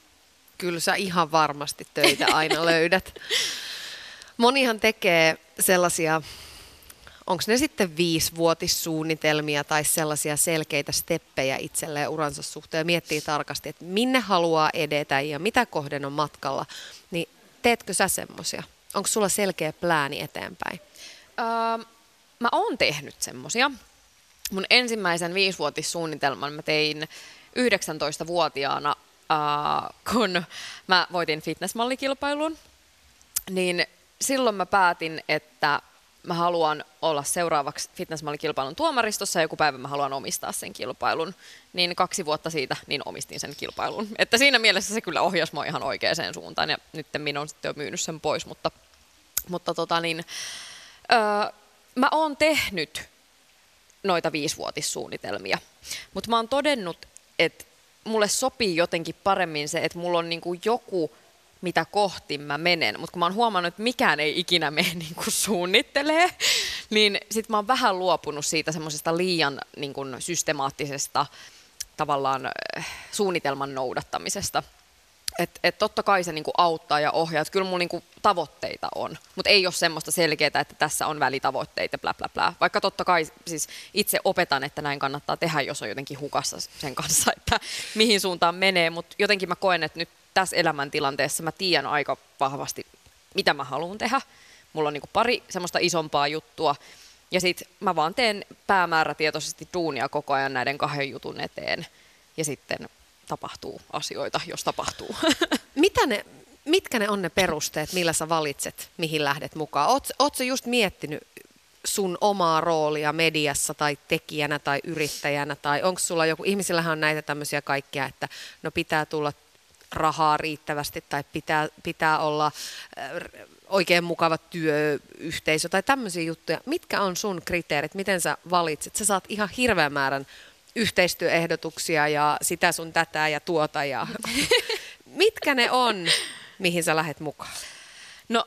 Kyllä sä ihan varmasti töitä aina löydät. Monihan tekee sellaisia onko ne sitten viisivuotissuunnitelmia tai sellaisia selkeitä steppejä itselleen uransa suhteen ja miettii tarkasti, että minne haluaa edetä ja mitä kohden on matkalla, niin teetkö sä semmoisia? Onko sulla selkeä plääni eteenpäin? Öö, mä oon tehnyt semmosia. Mun ensimmäisen viisivuotissuunnitelman mä tein yhdeksäntoistavuotiaana, äh, kun mä voitin fitnessmallikilpailun. Niin silloin mä päätin, että mä haluan olla seuraavaksi fitnessmallikilpailun tuomaristossa ja joku päivä mä haluan omistaa sen kilpailun. Niin kaksi vuotta siitä niin omistin sen kilpailun. Että siinä mielessä se kyllä ohjasi mua ihan oikeaan suuntaan ja nyt minä olen sitten jo myynyt sen pois. Mutta, mutta tota niin, öö, mä oon tehnyt noita viisivuotissuunnitelmia, mutta mä oon todennut, että mulle sopii jotenkin paremmin se, että mulla on niinku joku, mitä kohti mä menen, mutta kun mä oon huomannut, että mikään ei ikinä mene niin kuin suunnittelee, niin sit mä oon vähän luopunut siitä semmoisesta liian niin kuin systemaattisesta tavallaan äh, suunnitelman noudattamisesta. Että et totta kai se niinku auttaa ja ohjaa, että kyllä mulla niinku tavoitteita on, mutta ei ole semmoista selkeää, että tässä on välitavoitteita, bla bla bla. Vaikka totta kai siis itse opetan, että näin kannattaa tehdä, jos on jotenkin hukassa sen kanssa, että mihin suuntaan menee, mutta jotenkin mä koen, että nyt tässä elämäntilanteessa mä tiedän aika vahvasti, mitä mä haluan tehdä. Mulla on niinku pari semmoista isompaa juttua ja sit mä vaan teen päämäärätietoisesti duunia koko ajan näiden kahden jutun eteen ja sitten tapahtuu asioita, jos tapahtuu. Mitä ne, mitkä ne on ne perusteet, millä sä valitset, mihin lähdet mukaan? Oot, oot sä just miettinyt sun omaa roolia mediassa tai tekijänä tai yrittäjänä? Tai onko sulla joku, ihmisillähän on näitä tämmöisiä kaikkia, että no pitää tulla rahaa riittävästi tai pitää, pitää olla äh, oikein mukava työyhteisö tai tämmöisiä juttuja. Mitkä on sun kriteerit, miten sä valitset? Sä saat ihan hirveän määrän yhteistyöehdotuksia ja sitä sun tätä ja tuota. Ja mitkä ne on, mihin sä lähdet mukaan? No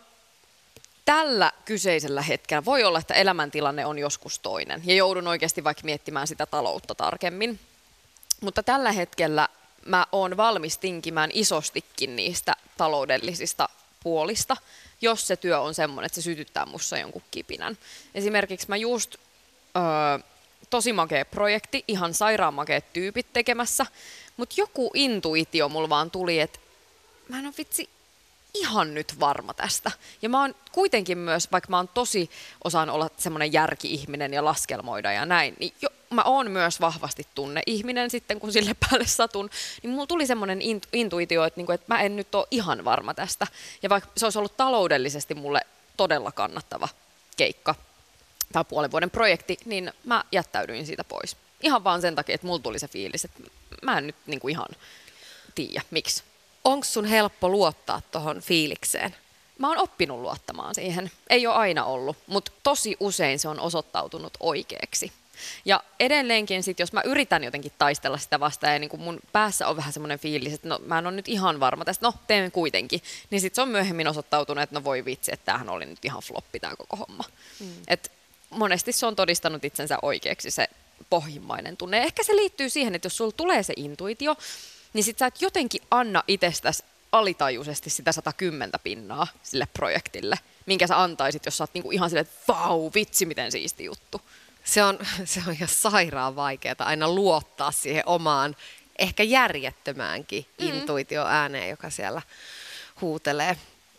tällä kyseisellä hetkellä voi olla, että elämäntilanne on joskus toinen ja joudun oikeasti vaikka miettimään sitä taloutta tarkemmin. Mutta tällä hetkellä mä oon valmis tinkimään isostikin niistä taloudellisista puolista, jos se työ on semmoinen, että se sytyttää musta jonkun kipinän. Esimerkiksi mä just... Öö, tosi makea projekti, ihan sairaan makeat tyypit tekemässä, mutta joku intuitio mulla vaan tuli, että mä en ole vitsi ihan nyt varma tästä. Ja mä oon kuitenkin myös, vaikka mä oon tosi osaan olla semmoinen järki-ihminen ja laskelmoida ja näin, niin jo, mä oon myös vahvasti tunne-ihminen sitten, kun sille päälle satun, niin mulla tuli semmoinen intuitio, että, niinku, että mä en nyt ole ihan varma tästä. Ja vaikka se olisi ollut taloudellisesti mulle todella kannattava keikka, tai puolen vuoden projekti, niin mä jättäydyin siitä pois. Ihan vaan sen takia, että mulla tuli se fiilis, että mä en nyt niinku ihan tiedä, miksi. Onko sun helppo luottaa tuohon fiilikseen? Mä oon oppinut luottamaan siihen. Ei ole aina ollut, mutta tosi usein se on osoittautunut oikeaksi. Ja edelleenkin sit, jos mä yritän jotenkin taistella sitä vastaan ja niin kun mun päässä on vähän semmoinen fiilis, että no, mä en ole nyt ihan varma tästä, no teen kuitenkin, niin sit se on myöhemmin osoittautunut, että no voi vitsi, että tämähän oli nyt ihan floppi tää koko homma. Mm. Et monesti se on todistanut itsensä oikeaksi se pohjimmainen tunne. Ehkä se liittyy siihen, että jos sulla tulee se intuitio, niin sit sä et jotenkin anna itsestäsi alitajuisesti sitä sata kymmentä pinnaa sille projektille, minkä sä antaisit, jos sä oot niinku ihan silleen, että vau, vitsi, miten siisti juttu. Se on, se on ihan sairaan vaikeaa aina luottaa siihen omaan, ehkä järjettömäänkin mm. intuitioääneen, joka siellä huutelee.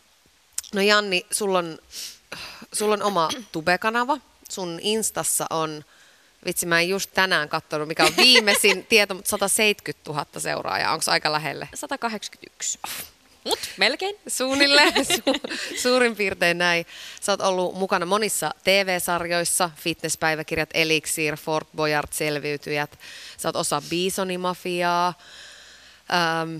No Janni, sulla on, sulla on oma Tube-kanava. Sun Instassa on, vitsi mä en just tänään katsonut, mikä on viimeisin tieto, mutta sata seitsemänkymmentätuhatta seuraajaa. Onko aika lähelle? sata kahdeksankymmentäyksi. Mut melkein. Suunnilleen, su- suurin piirtein näin. Sä oot ollut mukana monissa T V-sarjoissa, fitnesspäiväkirjat, Elixir, Fort Boyard, Selviytyjät. Sä oot osa Bisonimafiaa. Ähm,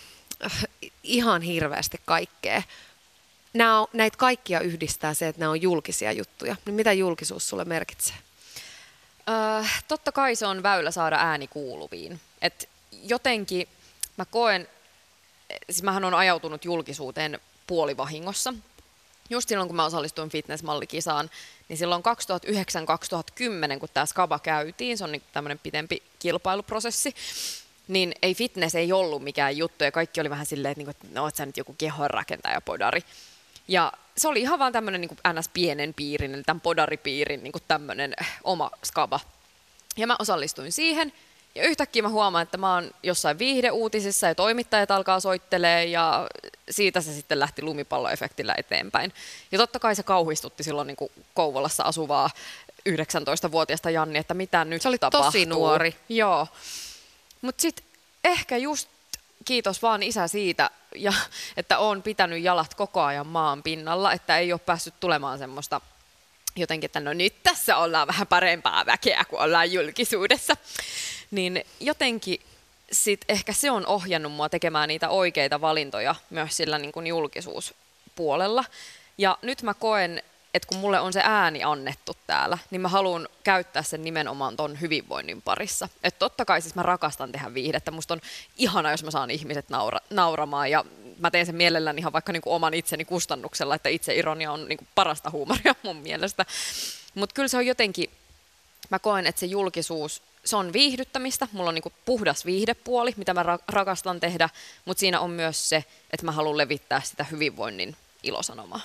ihan hirveästi kaikkea. Nää, näitä kaikkia yhdistää se, että nämä on julkisia juttuja. Niin mitä julkisuus sulle merkitsee? Öö, totta kai se on väylä saada ääni kuuluviin. Et jotenkin mä koen, siis mähän on ajautunut julkisuuteen puolivahingossa. Just silloin, kun mä osallistuin fitnessmallikisaan, niin silloin kaksituhattayhdeksän kaksituhattakymmenen, kun tämä skaba käytiin, se on niin tämmöinen pitempi kilpailuprosessi, niin ei fitness ei ollut mikään juttu ja kaikki oli vähän silleen, että, niin kuin, että no, oot sä nyt joku kehonrakentaja podari. Ja se oli ihan vaan tämmöinen niin kuin ns. Pienen piirin, eli tämän podaripiirin niin kuin tämmöinen oma skaba. Ja mä osallistuin siihen. Ja yhtäkkiä mä huomaan, että mä oon jossain viihdeuutisissa ja toimittajat alkaa soittelee ja siitä se sitten lähti lumipalloefektillä eteenpäin. Ja totta kai se kauhistutti silloin niin kuin Kouvolassa asuvaa yhdeksäntoistavuotiaasta Janni, että mitä nyt se oli tapahtuu. Tosi nuori. Joo. Mutta sitten ehkä just kiitos vaan isä siitä, ja, että oon pitänyt jalat koko ajan maan pinnalla, että ei ole päässyt tulemaan semmoista jotenkin, että no nyt tässä ollaan vähän parempaa väkeä, kun ollaan julkisuudessa. Niin jotenkin sit ehkä se on ohjannut mua tekemään niitä oikeita valintoja myös sillä niin kuin julkisuuspuolella. Ja nyt mä koen, että kun mulle on se ääni annettu täällä, niin mä haluan käyttää sen nimenomaan ton hyvinvoinnin parissa. Että totta kai siis mä rakastan tehdä viihdettä. Musta on ihana, jos mä saan ihmiset naura, nauramaan ja mä teen sen mielelläni ihan vaikka niinku oman itseni kustannuksella, että itse ironia on niinku parasta huumoria mun mielestä. Mutta kyllä se on jotenkin, mä koen, että se julkisuus, se on viihdyttämistä. Mulla on niinku puhdas viihdepuoli, mitä mä ra- rakastan tehdä, mutta siinä on myös se, että mä haluan levittää sitä hyvinvoinnin ilosanomaa.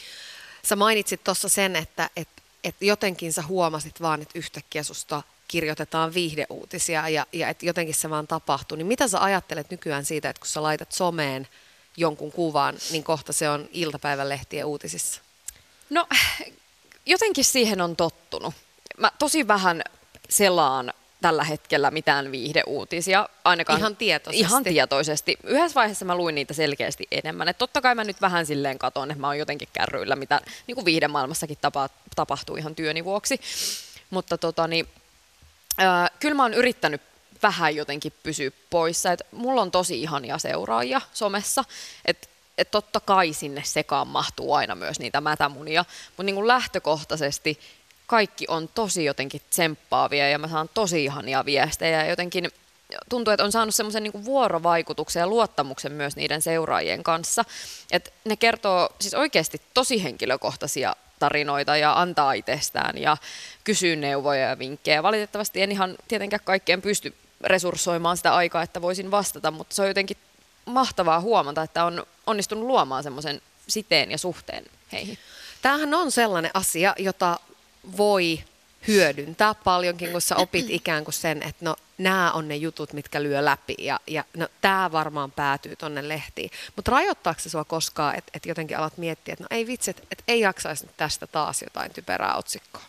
Sä mainitsit tuossa sen, että et, et jotenkin sä huomasit vaan, että yhtäkkiä susta kirjoitetaan viihdeuutisia ja, ja että jotenkin se vaan tapahtuu. Niin mitä sä ajattelet nykyään siitä, että kun sä laitat someen jonkun kuvan, niin kohta se on iltapäivälehtien uutisissa? No jotenkin siihen on tottunut. Mä tosi vähän selaan tällä hetkellä mitään viihdeuutisia. Ainakaan ihan tietoisesti. Ihan tietoisesti. Yhdessä vaiheessa mä luin niitä selkeästi enemmän. Et totta kai mä nyt vähän silleen katon, että mä oon jotenkin kärryillä, mitä niin kuin viihdemaailmassakin tapa, tapahtuu ihan työni vuoksi. Mutta tota, niin, äh, kyllä mä oon yrittänyt vähän jotenkin pysyä poissa. Et mulla on tosi ihania seuraajia somessa. Et, et totta kai sinne sekaan mahtuu aina myös niitä mätämunia. Mutta niin kuin lähtökohtaisesti kaikki on tosi jotenkin tsemppaavia ja mä saan tosi ihania viestejä ja jotenkin tuntuu, että on saanut semmoisen niin kuin vuorovaikutuksen ja luottamuksen myös niiden seuraajien kanssa. Että ne kertoo siis oikeasti tosi henkilökohtaisia tarinoita ja antaa itsestään ja kysyy neuvoja ja vinkkejä. Valitettavasti en ihan tietenkään kaikkeen pysty resurssoimaan sitä aikaa, että voisin vastata, mutta se on jotenkin mahtavaa huomata, että on onnistunut luomaan semmoisen siteen ja suhteen heihin. Tämähän on sellainen asia, jota voi hyödyntää paljonkin, kun sä opit ikään kuin sen, että no nämä on ne jutut, mitkä lyö läpi ja, ja no tämä varmaan päätyy tonne lehtiin. Mutta rajoittaako se sua koskaan, että et jotenkin alat miettiä, että no ei vitsi, että et ei jaksaisi nyt tästä taas jotain typerää otsikkoa?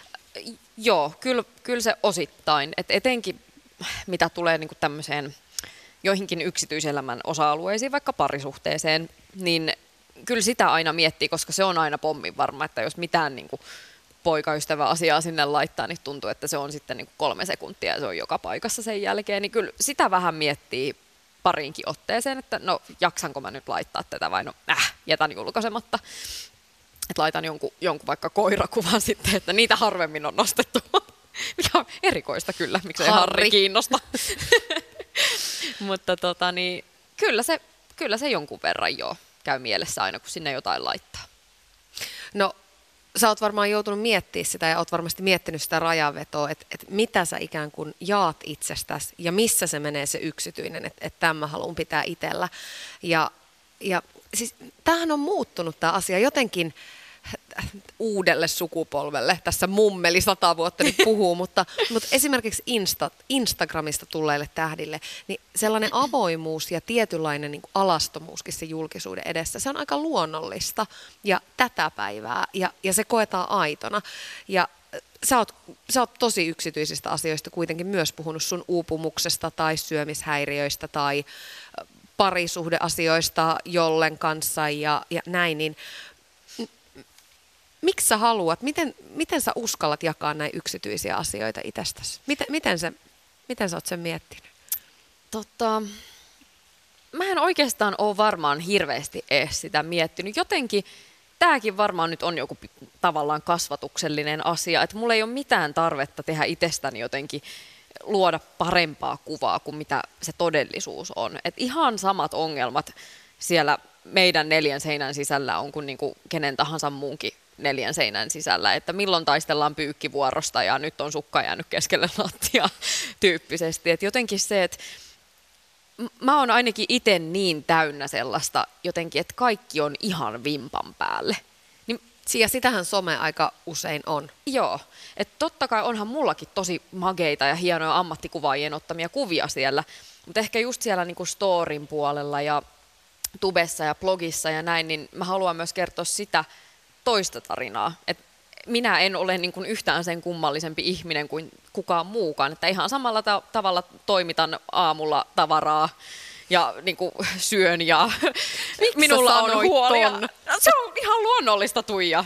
Joo, kyllä, kyllä se osittain. Et etenkin mitä tulee niinku tämmöiseen joihinkin yksityiselämän osa-alueisiin, vaikka parisuhteeseen, niin kyllä sitä aina miettii, koska se on aina pommin varma, että jos mitään niinku poikaystävä asiaa sinne laittaa, niin tuntuu, että se on sitten niin kuin kolme sekuntia ja se on joka paikassa sen jälkeen. Niin kyllä sitä vähän miettii parinkin otteeseen, että no jaksanko mä nyt laittaa tätä vai no äh, jätän julkaisematta. Että laitan jonkun, jonkun vaikka koirakuvan sitten, että niitä harvemmin on nostettu. Mikä on erikoista kyllä, miksei Harri, Harri kiinnosta. Mutta tota, niin, kyllä, se, kyllä se jonkun verran jo käy mielessä aina, kun sinne jotain laittaa. No, sä oot varmaan joutunut miettimään sitä ja oot varmasti miettinyt sitä rajanvetoa, että, että mitä sä ikään kuin jaat itsestäsi ja missä se menee se yksityinen, että, että tämän mä haluan pitää itsellä. Ja, ja siis tämähän on muuttunut tämä asia jotenkin uudelle sukupolvelle. Tässä mummeli sata vuotta nyt puhuu, mutta, mutta esimerkiksi Insta, Instagramista tulleille tähdille, niin sellainen avoimuus ja tietynlainen niin kuin alastomuuskin se julkisuuden edessä, se on aika luonnollista ja tätä päivää ja, ja se koetaan aitona. Ja sä oot, sä oot tosi yksityisistä asioista kuitenkin myös puhunut sun uupumuksesta tai syömishäiriöistä tai parisuhdeasioista jollen kanssa ja, ja näin, niin miksi sä haluat, miten, miten sä uskallat jakaa näin yksityisiä asioita itsestäsi? Miten, miten, se, miten sä oot sen miettinyt? Tota, mä en oikeastaan ole varmaan hirveästi edes sitä miettinyt. Jotenkin tämäkin varmaan nyt on joku tavallaan kasvatuksellinen asia, että mulla ei ole mitään tarvetta tehdä itsestäni jotenkin luoda parempaa kuvaa kuin mitä se todellisuus on. Et ihan samat ongelmat siellä meidän neljän seinän sisällä on kuin, niin kuin kenen tahansa muunkin neljän seinän sisällä, että milloin taistellaan pyykkivuorosta ja nyt on sukka jäänyt keskelle lattia tyyppisesti. Et jotenkin se, että m- mä oon ainakin itse niin täynnä sellaista jotenkin, että kaikki on ihan vimpan päälle. Niin, Ja sitähän some aika usein on. joo, että totta kai onhan mullakin tosi mageita ja hienoja ammattikuvaajien ottamia kuvia siellä, mutta ehkä just siellä niinku storin puolella ja tubessa ja blogissa ja näin, niin mä haluan myös kertoa sitä toista tarinaa, että minä en ole niin kuin yhtään sen kummallisempi ihminen kuin kukaan muukaan, että ihan samalla ta- tavalla toimitan aamulla tavaraa ja niin kuin syön ja minulla on huolia. ton? Se on ihan luonnollista, Tuija.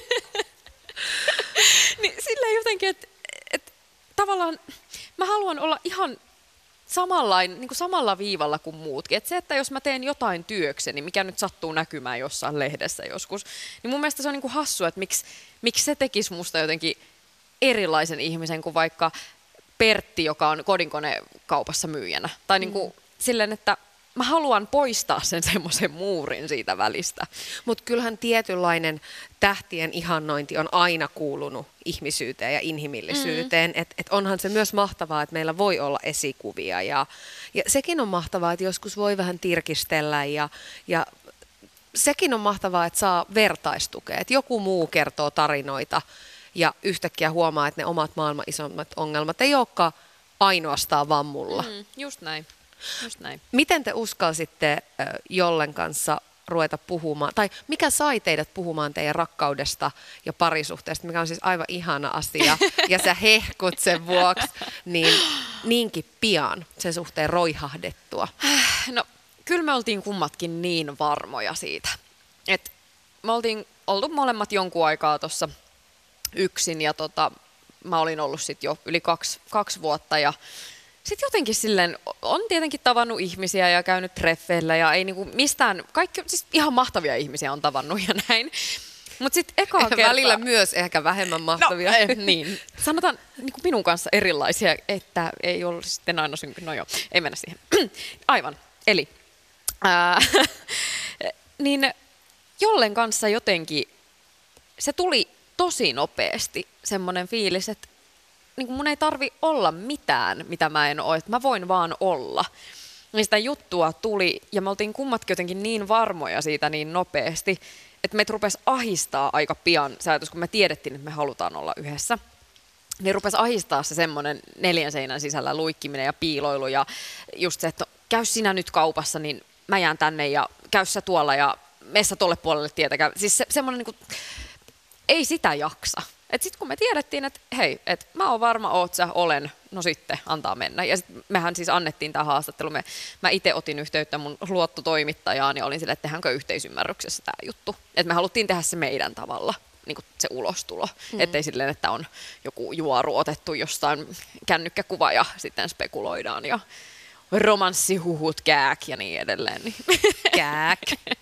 Niin silleen jotenkin, että et, tavallaan mä haluan olla ihan samanlain, niin kuin samalla viivalla kuin muutkin. Et se, että jos mä teen jotain työkseni, mikä nyt sattuu näkymään jossain lehdessä joskus, niin mun mielestä se on niin kuin hassua, että miksi, miksi se tekisi musta jotenkin erilaisen ihmisen kuin vaikka Pertti, joka on kodinkonekaupassa myyjänä. Tai niin kuin mm. silleen, että mä haluan poistaa sen semmoisen muurin siitä välistä. Mutta kyllähän tietynlainen tähtien ihannointi on aina kuulunut ihmisyyteen ja inhimillisyyteen. Mm. Että et onhan se myös mahtavaa, että meillä voi olla esikuvia. Ja, ja sekin on mahtavaa, että joskus voi vähän tirkistellä. Ja, ja sekin on mahtavaa, että saa vertaistukea. Että joku muu kertoo tarinoita ja yhtäkkiä huomaa, että ne omat maailman isommat ongelmat ei olekaan ainoastaan vaan mulla. Mm, just näin. Just näin. Miten te uskalsitte äh, Jollen kanssa ruveta puhumaan, tai mikä sai teidät puhumaan teidän rakkaudesta ja parisuhteesta, mikä on siis aivan ihana asia, ja sä hehkut sen vuoksi, niin niinkin pian sen suhteen roihahdettua? No, kyllä me oltiin kummatkin niin varmoja siitä, että me oltiin oltu molemmat jonkun aikaa tuossa yksin, ja tota, mä olin ollut sitten jo yli kaksi, kaksi vuotta, ja sitten jotenkin silleen, on tietenkin tavannut ihmisiä ja käynyt treffeillä ja ei niinku mistään, kaikki siis ihan mahtavia ihmisiä on tavannut ja näin. Mutta sitten ekaa kertaa... Välillä myös ehkä vähemmän mahtavia. No, eh, niin. Sanotaan niinku minun kanssa erilaisia, että ei ollut sitten aina synky. No joo, ei mennä siihen. Aivan. Eli, ää, niin Jollen kanssa jotenkin se tuli tosi nopeasti semmoinen fiilis, että niin mun ei tarvi olla mitään, mitä mä en ole, että mä voin vaan olla. Niin sitä juttua tuli, ja me oltiin kummatkin jotenkin niin varmoja siitä niin nopeasti, että meitä rupesi ahistaa aika pian se ajatus, kun me tiedettiin, että me halutaan olla yhdessä. Niin rupesi ahistaa se semmoinen neljän seinän sisällä luikkiminen ja piiloilu, ja just se, että käy sinä nyt kaupassa, niin mä jään tänne, ja käy sä tuolla, ja messä tolle puolelle tietäkään. Siis se, semmoinen niin kuin, ei sitä jaksa. Sitten kun me tiedettiin, että hei, et mä oon varma, oot sä, olen, no sitten antaa mennä. Ja sitten mehän siis annettiin tämä haastattelu. Me, mä itse otin yhteyttä mun luottotoimittajaan ja olin sille, että tehdäänkö yhteisymmärryksessä tämä juttu. Että me haluttiin tehdä se meidän tavalla, niin kuin se ulostulo. Mm. Ettei silleen, että on joku juoru otettu jostain kännykkäkuva ja sitten spekuloidaan ja romanssihuhut, kääk ja niin edelleen. Kääk.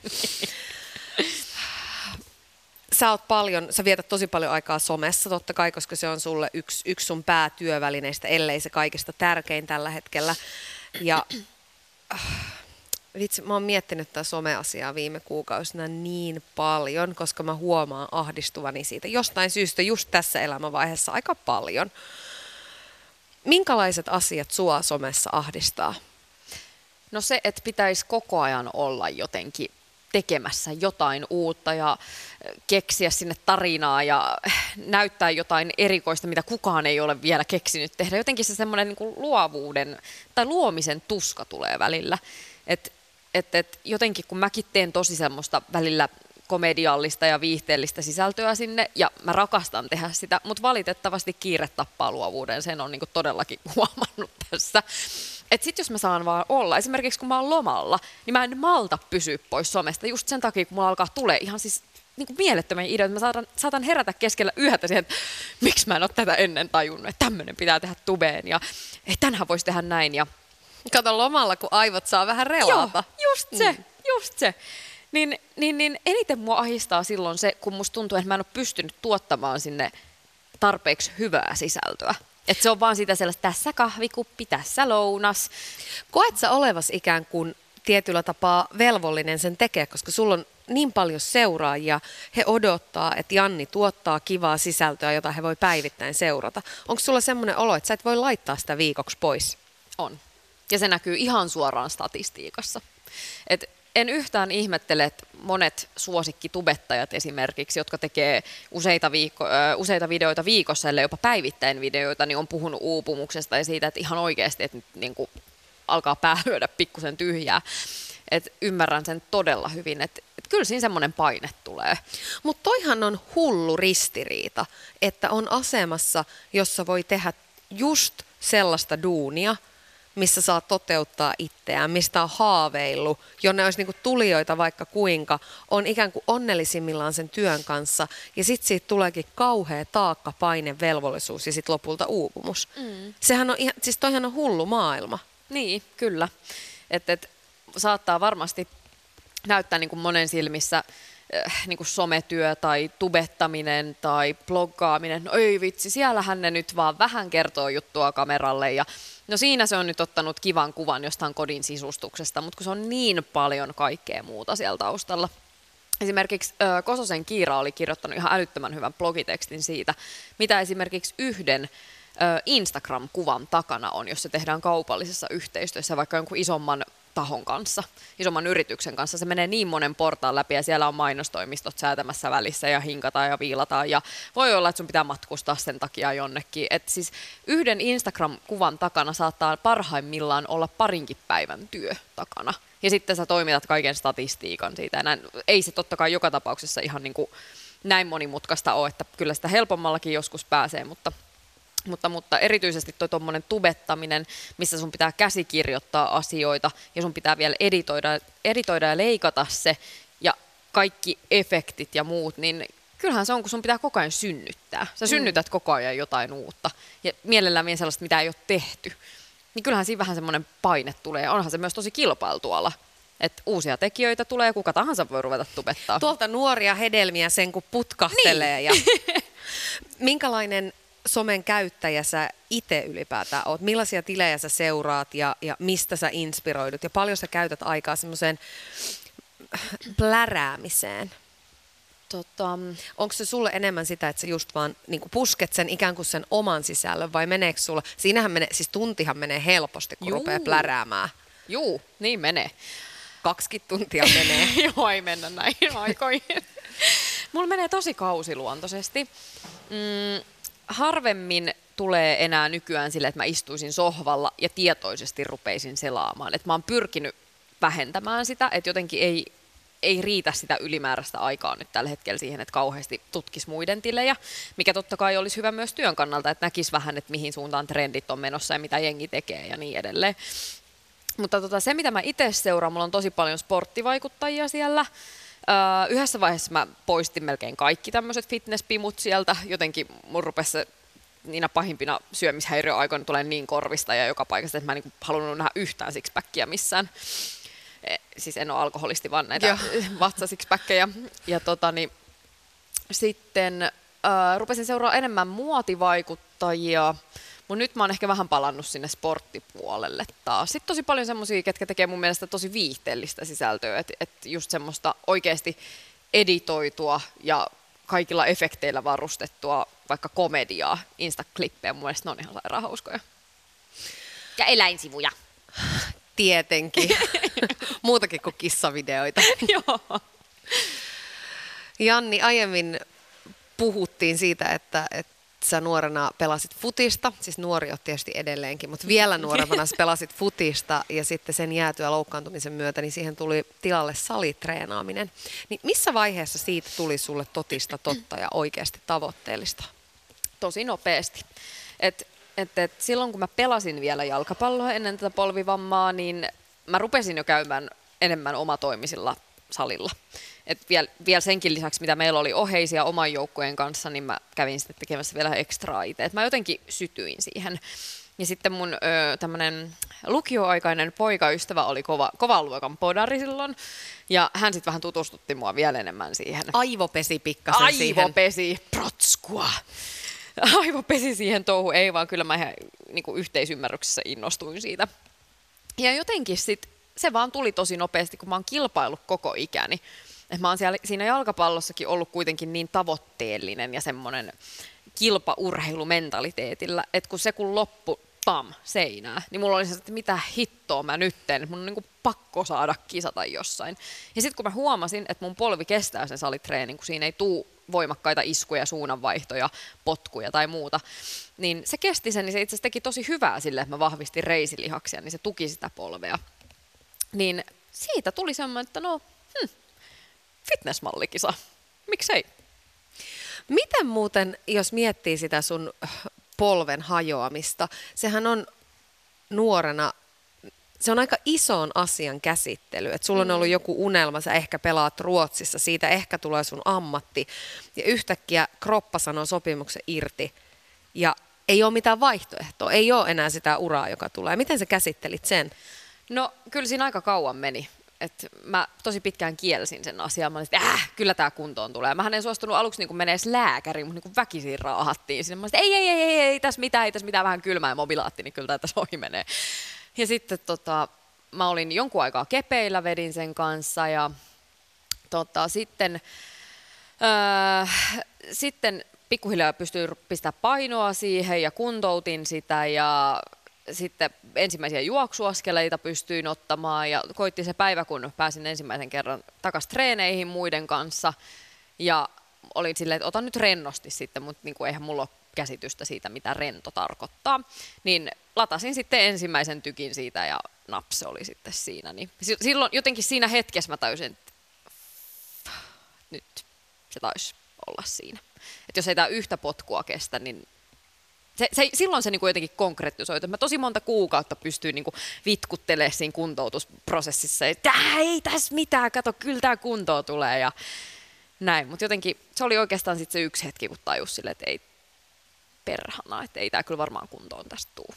Sä oot paljon, sä vietät tosi paljon aikaa somessa, totta kai, koska se on sulle yksi, yksi sun päätyövälineistä, ellei se kaikista tärkein tällä hetkellä. Ja äh, vitsi, mä oon miettinyt tätä someasiaa viime kuukausina niin paljon, koska mä huomaan ahdistuvani siitä jostain syystä just tässä elämänvaiheessa aika paljon. Minkälaiset asiat sua somessa ahdistaa? No se, että pitäisi koko ajan olla jotenkin tekemässä jotain uutta ja keksiä sinne tarinaa ja näyttää jotain erikoista, mitä kukaan ei ole vielä keksinyt tehdä. Jotenkin se semmoinen niin kuin luovuuden tai luomisen tuska tulee välillä. Et, et, et jotenkin kun mäkin teen tosi semmoista välillä komediallista ja viihteellistä sisältöä sinne, ja mä rakastan tehdä sitä, mutta valitettavasti kiire tappaa luovuuden, sen on niin kuin todellakin huomannut tässä. Että sit jos mä saan vaan olla, esimerkiksi kun mä oon lomalla, niin mä en malta pysyä pois somesta just sen takia, kun mulla alkaa tulee ihan siis niin kuin mielettömiä ideoita. Mä saatan, saatan herätä keskellä yötä siihen, että miksi mä en ole tätä ennen tajunnut, että tämmöinen pitää tehdä tubeen ja että tänhän voisi tehdä näin. Ja... Kato lomalla, kun aivot saa vähän relata. Joo, just se, mm. just se. Niin, niin, niin eniten mua ahistaa silloin se, kun musta tuntuu, että mä en ole pystynyt tuottamaan sinne tarpeeksi hyvää sisältöä. Että se on vaan sitä sellaista, tässä kahvikuppi, tässä lounas. Koet sä olevas ikään kuin tietyllä tapaa velvollinen sen tekee, koska sulla on niin paljon seuraajia, he odottaa, että Janni tuottaa kivaa sisältöä, jota he voi päivittäin seurata. Onko sulla semmoinen olo, että sä et voi laittaa sitä viikoksi pois? On. Ja se näkyy ihan suoraan statistiikassa. Et en yhtään ihmettele, että monet suosikkitubettajat esimerkiksi, jotka tekee useita, viikko, ö, useita videoita viikossa, ellei jopa päivittäin videoita, niin on puhunut uupumuksesta ja siitä, että ihan oikeasti, että nyt niin kuin alkaa pää lyödä pikkusen tyhjää. Et ymmärrän sen todella hyvin, että et kyllä siinä semmoinen paine tulee. Mutta toihan on hullu ristiriita, että on asemassa, jossa voi tehdä just sellaista duunia, missä saa toteuttaa itseään, mistä on haaveillut, jonne olisi niinku tulijoita vaikka kuinka, on ikään kuin onnellisimmillaan sen työn kanssa, ja sitten siitä tuleekin kauhea taakka, paine, velvollisuus ja sitten lopulta uupumus. Mm. Sehän on ihan, siis toihan on hullu maailma. Niin, kyllä. Että et, saattaa varmasti näyttää niin kuin monen silmissä äh, niin kuin sometyö tai tubettaminen tai bloggaaminen. No ei vitsi, siellähän ne nyt vaan vähän kertoo juttua kameralle ja no siinä se on nyt ottanut kivan kuvan jostain kodin sisustuksesta, mutta kun se on niin paljon kaikkea muuta siellä taustalla. Esimerkiksi äh, Kososen Kiira oli kirjoittanut ihan älyttömän hyvän blogitekstin siitä, mitä esimerkiksi yhden äh, Instagram-kuvan takana on, jos se tehdään kaupallisessa yhteistyössä vaikka jonkun isomman tahon kanssa, isomman yrityksen kanssa. Se menee niin monen portaan läpi ja siellä on mainostoimistot säätämässä välissä ja hinkataan ja viilataan ja voi olla, että sun pitää matkustaa sen takia jonnekin. Et siis yhden Instagram-kuvan takana saattaa parhaimmillaan olla parinkin päivän työ takana. Ja sitten sä toimitat kaiken statistiikan siitä. Ja näin, ei se totta kai joka tapauksessa ihan niin kuin näin monimutkaista ole, että kyllä sitä helpommallakin joskus pääsee, mutta Mutta, mutta erityisesti tuo tuommoinen tubettaminen, missä sun pitää käsikirjoittaa asioita ja sun pitää vielä editoida, editoida ja leikata se ja kaikki efektit ja muut, niin kyllähän se on, kun sun pitää koko ajan synnyttää. Sä synnytät koko ajan jotain uutta ja mielellään vielä sellaista, mitä ei ole tehty. Niin kyllähän siinä vähän semmoinen paine tulee. Onhan se myös tosi kilpailtu ala. Että uusia tekijöitä tulee, kuka tahansa voi ruveta tubettaa. Tuolta nuoria hedelmiä sen, kun putkahtelee. Niin. Ja minkälainen somen käyttäjä sä itse ylipäätään oot? Millaisia tilejä sä seuraat ja, ja mistä sä inspiroidut? Ja paljon sä käytät aikaa semmoiseen pläräämiseen? Tota, Onko se sulle enemmän sitä, että sä just vaan niin pusket sen ikään kuin sen oman sisällön vai meneekö sulla? Siinähän menee, siis tuntihan menee helposti, kun Juu. rupeaa pläräämään. Juu, niin menee. Kaksikin tuntia menee. Joo, ei mennä näihin aikoihin. Mulla menee tosi kausiluontoisesti. Mm, harvemmin tulee enää nykyään sille, että mä istuisin sohvalla ja tietoisesti rupeisin selaamaan. Et mä oon pyrkinyt vähentämään sitä, että jotenkin ei, ei riitä sitä ylimääräistä aikaa nyt tällä hetkellä siihen, että kauheasti tutkisi muiden tilejä, mikä totta kai olisi hyvä myös työn kannalta, että näkisi vähän, että mihin suuntaan trendit on menossa ja mitä jengi tekee ja niin edelleen. Mutta tota, se, mitä mä itse seuraan, mulla on tosi paljon sporttivaikuttajia siellä. Öö, yhdessä vaiheessa mä poistin melkein kaikki tämmöiset fitnesspimut sieltä. Jotenkin mun rupesi se niinä pahimpina syömishäiriöaikoina tulee niin korvista ja joka paikasta, että mä en niin halunnut nähdä yhtään sixpackia missään. E, siis en ole alkoholisti, vaan näitä vatsasixpackeja. Ja tota, niin, sitten öö, rupesin seuraamaan enemmän muotivaikuttajia. Mutta nyt mä oon ehkä vähän palannut sinne sporttipuolelle taas. Sitten tosi paljon semmosia, ketkä tekee mun mielestä tosi viihteellistä sisältöä, että et just semmoista oikeasti editoitua ja kaikilla efekteillä varustettua vaikka komediaa, Insta-klippejä, mun mielestä ne on ihan sairaan hauskoja. Ja eläinsivuja. Tietenkin. Muutakin kuin kissavideoita. Joo. Janni, aiemmin puhuttiin siitä, että, että sä nuorena pelasit futista, siis nuori oot tietysti edelleenkin, mutta vielä nuorempana sä pelasit futista ja sitten sen jäätyä loukkaantumisen myötä, niin siihen tuli tilalle salitreenaaminen. Niin missä vaiheessa siitä tuli sulle totista totta ja oikeasti tavoitteellista? Tosi nopeasti. Et, et, et silloin kun mä pelasin vielä jalkapalloa ennen tätä polvivammaa, niin mä rupesin jo käymään enemmän omatoimisilla salilla. Et vielä, vielä senkin lisäksi, mitä meillä oli oheisia oman joukkueen kanssa, niin mä kävin sitten tekemässä vielä ekstraa itse. Et mä jotenkin sytyin siihen. Ja sitten mun ö, tämmönen lukioaikainen poikaystävä oli kova, kovan luokan podari silloin. Ja hän sitten vähän tutustutti mua vielä enemmän siihen. Aivopesi pikkasen Aivopesi, siihen. Aivopesi, protskua. Aivopesi siihen touhuun, ei vaan kyllä mä ihan niin kuin yhteisymmärryksessä innostuin siitä. Ja jotenkin sitten se vaan tuli tosi nopeasti, kun mä oon kilpaillut koko ikäni. Et mä oon siellä, siinä jalkapallossakin ollut kuitenkin niin tavoitteellinen ja semmoinen kilpaurheilumentaliteetillä, että kun se kun loppu pam, seinää. Niin mulla oli se, että mitä hittoa mä nyt teen, mun on niin kuin pakko saada kisata jossain. Ja sitten kun mä huomasin, että mun polvi kestää sen salitreenin, kun siinä ei tuu voimakkaita iskuja, suunnanvaihtoja, potkuja tai muuta, niin se kesti sen, niin se itse asiassa teki tosi hyvää sille, että mä vahvistin reisilihaksia, niin se tuki sitä polvea. Niin siitä tuli semmoinen, että no, hm, fitnessmallikisa, miksei? Miten muuten, jos miettii sitä sun polven hajoamista, sehän on nuorena, se on aika ison asian käsittely, että sulla on ollut joku unelma, sä ehkä pelaat Ruotsissa, siitä ehkä tulee sun ammatti ja yhtäkkiä kroppa sanoo sopimuksen irti ja ei ole mitään vaihtoehtoa, ei ole enää sitä uraa, joka tulee. Miten sä käsittelit sen? No kyllä siinä aika kauan meni. Et mä tosi pitkään kielsin sen asian. Mä olin, että äh, kyllä tää kuntoon tulee. Mähän en suostunut aluksi niin menee edes lääkäriin, mutta niin väkisin raahattiin sinne. Mä olin, ei, ei, ei, ei, ei, tässä mitään, ei tässä mitään, vähän kylmää ja mobilaatti, niin kyllä tää tässä ohi menee. Ja sitten tota, mä olin jonkun aikaa kepeillä, vedin sen kanssa ja tota, sitten, öö, sitten pikkuhiljaa pystyin pistämään painoa siihen ja kuntoutin sitä ja sitten ensimmäisiä juoksuaskeleita pystyin ottamaan ja koitti se päivä, kun pääsin ensimmäisen kerran takaisin treeneihin muiden kanssa ja olin silleen, että otan nyt rennosti sitten, mutta niin kuin eihän mulla ole käsitystä siitä, mitä rento tarkoittaa, niin latasin sitten ensimmäisen tykin siitä ja naps oli sitten siinä. Niin silloin jotenkin siinä hetkessä mä tajusin, että nyt se taisi olla siinä. Että jos ei tää yhtä potkua kestä, niin Se, se, silloin se niin kuin jotenkin konkretisoitu. Mä tosi monta kuukautta pystyin niin kuin vitkuttelemaan siinä kuntoutusprosessissa. Että ei tässä mitään, kato, kyllä tämä kuntoon tulee ja näin. Mutta jotenkin se oli oikeastaan sit se yksi hetki, kun tajus sille, että ei perhana, että ei tämä kyllä varmaan kuntoon tästä tuu.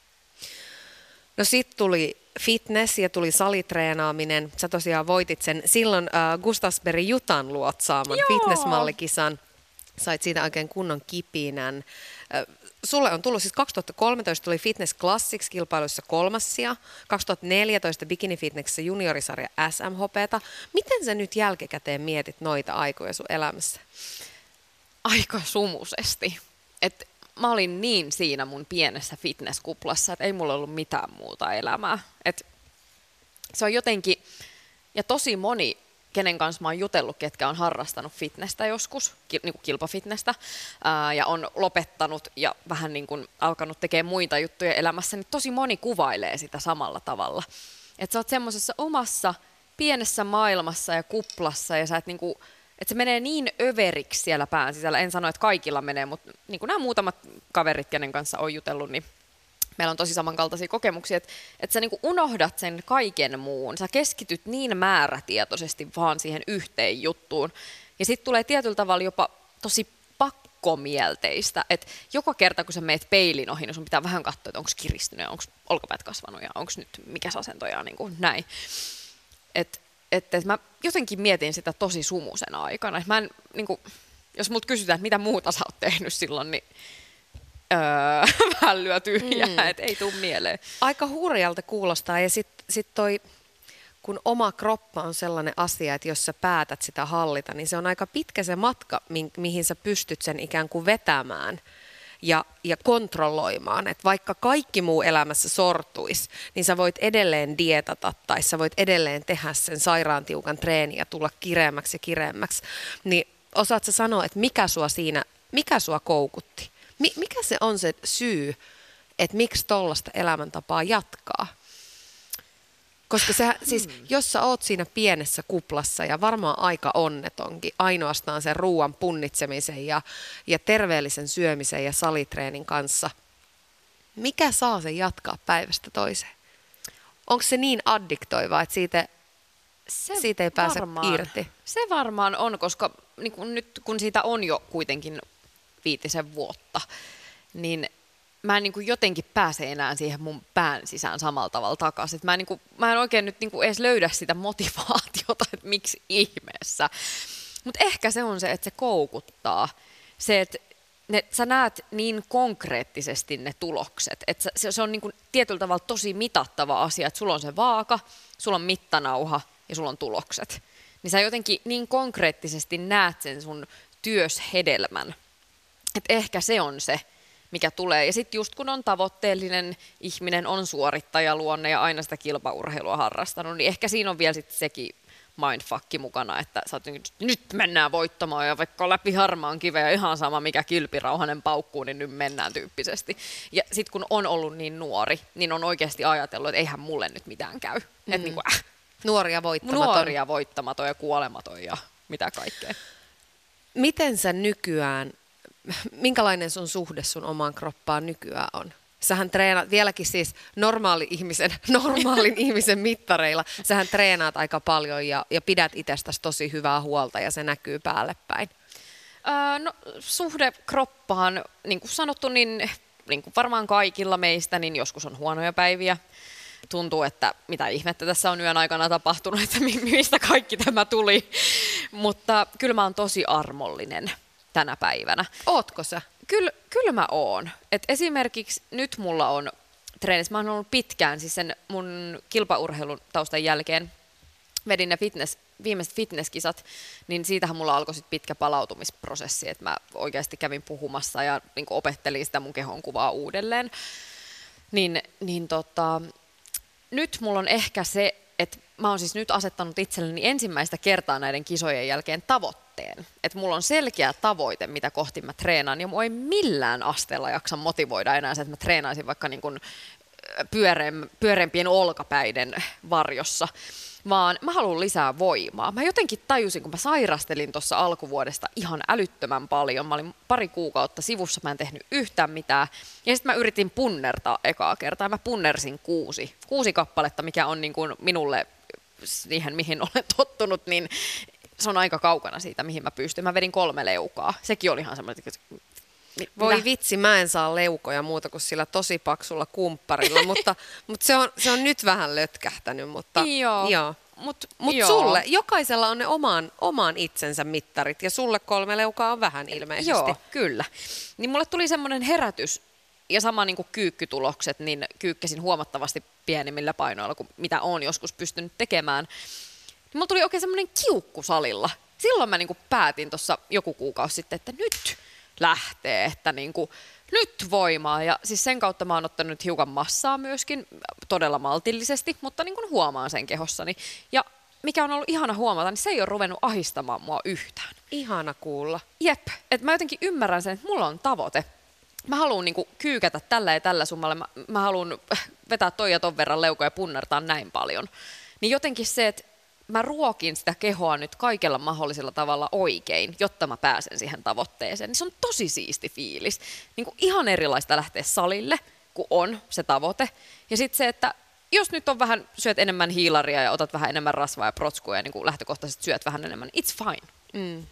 No sit tuli fitness ja tuli salitreenaaminen. Sä tosiaan voitit sen silloin äh, Gustavsberg Jutan luotsaaman Joo. fitnessmallikisan. Sait siitä oikein kunnon kipinän. Äh, Sulle on tullut siis kaksituhattakolmetoista tuli Fitness Classics kilpailuissa kolmas sija, kaksituhattaneljätoista Bikini Fitnessissä juniorisarja S M H:ta. Miten sä nyt jälkikäteen mietit noita aikoja sun elämässä? Aika sumuisesti. Et mä olin niin siinä mun pienessä fitnesskuplassa, että ei mulla ollut mitään muuta elämää. Et se on jotenkin, ja tosi moni, kenen kanssa mä oon jutellut, ketkä on harrastanut fitnessä joskus, niin kuin kilpafitnessä, ää, ja on lopettanut ja vähän niin kuin alkanut tekemään muita juttuja elämässä, niin tosi moni kuvailee sitä samalla tavalla. Että sä oot semmoisessa omassa pienessä maailmassa ja kuplassa, ja sä et niin kuin, että se menee niin överiksi siellä pään sisällä. En sano, että kaikilla menee, mutta niin kuin nämä muutamat kaverit, kenen kanssa on jutellut, niin meillä on tosi samankaltaisia kokemuksia, että, että sä niinku unohdat sen kaiken muun. Sä keskityt niin määrätietoisesti vaan siihen yhteen juttuun. Ja sitten tulee tietyllä tavalla jopa tosi pakkomielteistä, että joka kerta kun sä meet peilin ohi, niin sun pitää vähän katsoa, että onko kiristynyt, onko olkapäät kasvanut ja onko nyt mikä asento ja niin kuin näin. Et, et, et mä jotenkin mietin sitä tosi sumuisena aikana. Mä en, niin kuin, jos multa kysytään, että mitä muuta sä oot tehnyt silloin, niin Öö, vähän lyö tyhjää, mm. että ei tule mieleen. Aika hurjalta kuulostaa ja sitten sit toi, kun oma kroppa on sellainen asia, että jos sä päätät sitä hallita, niin se on aika pitkä se matka, mi- mihin sä pystyt sen ikään kuin vetämään ja, ja kontrolloimaan. Et vaikka kaikki muu elämässä sortuisi, niin sä voit edelleen dietata tai sä voit edelleen tehdä sen sairaan tiukan treeni ja tulla kireemmäksi ja kireemmäksi. Niin osaat sä sanoa, että mikä sua siinä, mikä sua koukutti? Mikä se on se syy, että miksi tollaista elämäntapaa jatkaa? Koska sä, siis, jos sä oot siinä pienessä kuplassa ja varmaan aika onnetonkin, ainoastaan sen ruoan punnitsemisen ja, ja terveellisen syömisen ja salitreenin kanssa, mikä saa sen jatkaa päivästä toiseen? Onko se niin addiktoivaa, että siitä, se siitä ei pääse varmaan, irti? Se varmaan on, koska niin kun nyt kun siitä on jo kuitenkin viitisen vuotta, niin mä en niin kuin jotenkin pääse enää siihen mun pään sisään samalla tavalla takaisin. Mä en, niin kuin, mä en oikein nyt niin kuin edes löydä sitä motivaatiota, että miksi ihmeessä. Mutta ehkä se on se, että se koukuttaa. Se, että ne, sä näet niin konkreettisesti ne tulokset. Että se, se on niin kuin tietyllä tavalla tosi mitattava asia, että sulla on se vaaka, sulla on mittanauha ja sulla on tulokset. Niin sä jotenkin niin konkreettisesti näet sen sun työshedelmän. Että ehkä se on se, mikä tulee. Ja sitten just kun on tavoitteellinen ihminen, on suorittajaluonne ja aina sitä kilpaurheilua harrastanut, niin ehkä siinä on vielä sitten sekin mindfuckki mukana, että sä oot, nyt mennään voittamaan ja vaikka läpi harmaan kiven ja ihan sama mikä kilpirauhanen paukkuu, niin nyt mennään tyyppisesti. Ja sitten kun on ollut niin nuori, niin on oikeasti ajatellut, että eihän mulle nyt mitään käy. Mm. Että niin kuin, äh, Nuoria voittamaton. Nuoria voittamaton ja kuolematon ja mitä kaikkea. Miten sä nykyään, minkälainen sun suhde sun omaan kroppaan nykyään on? Sähän treenaat vieläkin siis normaali ihmisen, normaalin ihmisen mittareilla. Sähän treenaat aika paljon ja, ja pidät itsestäsi tosi hyvää huolta ja se näkyy päälle päin. Öö, no, suhde kroppaan, niin kuin sanottu, niin, niin kuin varmaan kaikilla meistä, niin joskus on huonoja päiviä. Tuntuu, että mitä ihmettä tässä on yön aikana tapahtunut, että mistä kaikki tämä tuli. Mutta kyllä mä oon tosi armollinen tänä päivänä. Ootko sä? Kyllä, kyllä mä oon. Et esimerkiksi nyt mulla on treenissä, mä oon ollut pitkään, siis sen mun kilpaurheilun taustan jälkeen vedin ne fitness, viimeiset fitnesskisat, niin siitähän mulla alkoi sit pitkä palautumisprosessi, että mä oikeasti kävin puhumassa ja niin opettelin sitä mun kehon kuvaa uudelleen. Niin, niin tota, nyt mulla on ehkä se, että mä oon siis nyt asettanut itselleni ensimmäistä kertaa näiden kisojen jälkeen tavoitteen. Että mulla on selkeä tavoite, mitä kohti mä treenaan, ja mua ei millään asteella jaksa motivoida enää se, että mä treenaisin vaikka niin kuin pyöreän, pyöreämpien olkapäiden varjossa, vaan mä haluan lisää voimaa. Mä jotenkin tajusin, kun mä sairastelin tuossa alkuvuodesta ihan älyttömän paljon. Mä olin pari kuukautta sivussa, mä en tehnyt yhtään mitään. Ja sitten mä yritin punnertaa ekaa kertaa. Mä punnersin kuusi. Kuusi kappaletta, mikä on niin kuin minulle siihen, mihin olen tottunut, niin se on aika kaukana siitä, mihin mä pystyn. Mä vedin kolme leukaa. Sekin oli ihan semmoinen, että voi vitsi, mä en saa leukoja muuta kuin sillä tosi paksulla kumpparilla, mutta, mutta se, on, se on nyt vähän lötkähtänyt, mutta joo. joo. Mut, Mut joo. sulle, jokaisella on ne omaan, omaan itsensä mittarit ja sulle kolme leukaa on vähän ilmeisesti. Joo, kyllä. Niin mulle tuli semmoinen herätys ja sama niin kuin kyykkytulokset, niin kyykkäsin huomattavasti pienimmillä painoilla kuin mitä olen joskus pystynyt tekemään. Niin mulla tuli oikein semmoinen kiukku salilla. Silloin mä niin kuin päätin tuossa joku kuukausi sitten, että nyt lähtee, että niin kuin, nyt voimaa. Ja siis sen kautta mä oon ottanut hiukan massaa myöskin, todella maltillisesti, mutta niin kuin huomaan sen kehossani. Ja mikä on ollut ihana huomata, niin se ei ole ruvennut ahistamaan mua yhtään. Ihana kuulla. Jep, että mä jotenkin ymmärrän sen, että mulla on tavoite. Mä haluan niinku kyykätä tällä ja tällä summalla, mä, mä haluan vetää toi ja ton verran leukoja ja punnertaa näin paljon. Niin jotenkin se, että mä ruokin sitä kehoa nyt kaikella mahdollisella tavalla oikein, jotta mä pääsen siihen tavoitteeseen, niin se on tosi siisti fiilis. Niin kuin ihan erilaista lähteä salille, kun on se tavoite. Ja sitten se, että jos nyt on vähän, syöt enemmän hiilaria ja otat vähän enemmän rasvaa ja protskua ja niin kuin lähtökohtaisesti syöt vähän enemmän, it's fine. Mm.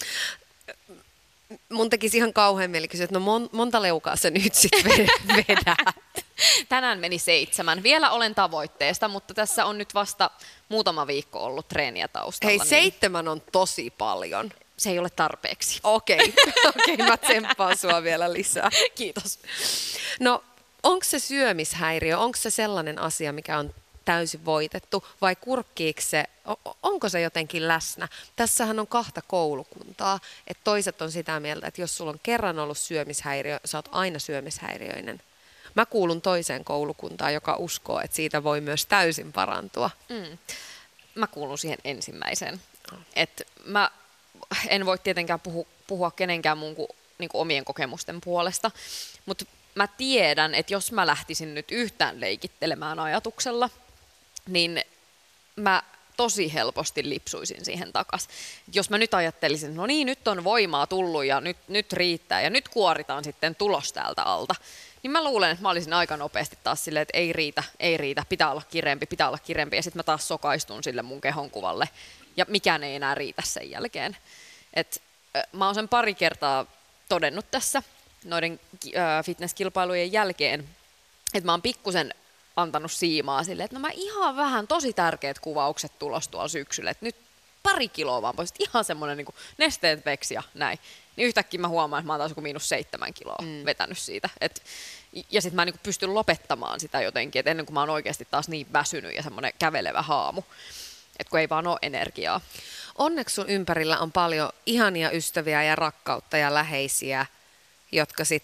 Mun tekisi ihan kauhean mieli kysyä, että no mon, monta leukaa sä nyt sitten vedät? Tänään meni seitsemän. Vielä olen tavoitteesta, mutta tässä on nyt vasta muutama viikko ollut treeniä taustalla. Hei, niin seitsemän on tosi paljon. se ei ole tarpeeksi. Okei, okay. okay, mä tsemppaan sua vielä lisää. Kiitos. No, onko se syömishäiriö, onko se sellainen asia, mikä on täysin voitettu, vai kurkkiiko se, onko se jotenkin läsnä? Tässähän on kahta koulukuntaa, että toiset on sitä mieltä, että jos sulla on kerran ollut syömishäiriö, sä oot aina syömishäiriöinen. Mä kuulun toiseen koulukuntaan, joka uskoo, että siitä voi myös täysin parantua. Mm. Mä kuulun siihen ensimmäiseen. Et mä en voi tietenkään puhua, puhua kenenkään muun kuin, niin kuin omien kokemusten puolesta, mutta mä tiedän, että jos mä lähtisin nyt yhtään leikittelemään ajatuksella, niin mä tosi helposti lipsuisin siihen takas. Jos mä nyt ajattelisin, no niin, nyt on voimaa tullut ja nyt, nyt riittää ja nyt kuoritaan sitten tulos täältä alta, niin mä luulen, että mä olisin aika nopeasti taas silleen, että ei riitä, ei riitä, pitää olla kireempi, pitää olla kireempi ja sitten mä taas sokaistun sille mun kehonkuvalle ja mikään ei enää riitä sen jälkeen. Et, äh, mä oon sen pari kertaa todennut tässä noiden äh, fitnesskilpailujen jälkeen, että mä oon pikkusen antanut siimaa silleen, että no mä ihan vähän tosi tärkeät kuvaukset tulos tuolla syksyllä, että nyt pari kiloa vaan pois, ihan semmoinen niin kuin nesteet veksi ja näin. Niin yhtäkkiä mä huomaan, että mä oon taas joku miinus seitsemän kiloa mm. vetänyt siitä. Et, ja sitten mä en niin kuin pystyn lopettamaan sitä jotenkin, että ennen kuin mä oon oikeasti taas niin väsynyt ja semmoinen kävelevä haamu, että kun ei vaan ole energiaa. Onneksi sun ympärillä on paljon ihania ystäviä ja rakkautta ja läheisiä, jotka sitten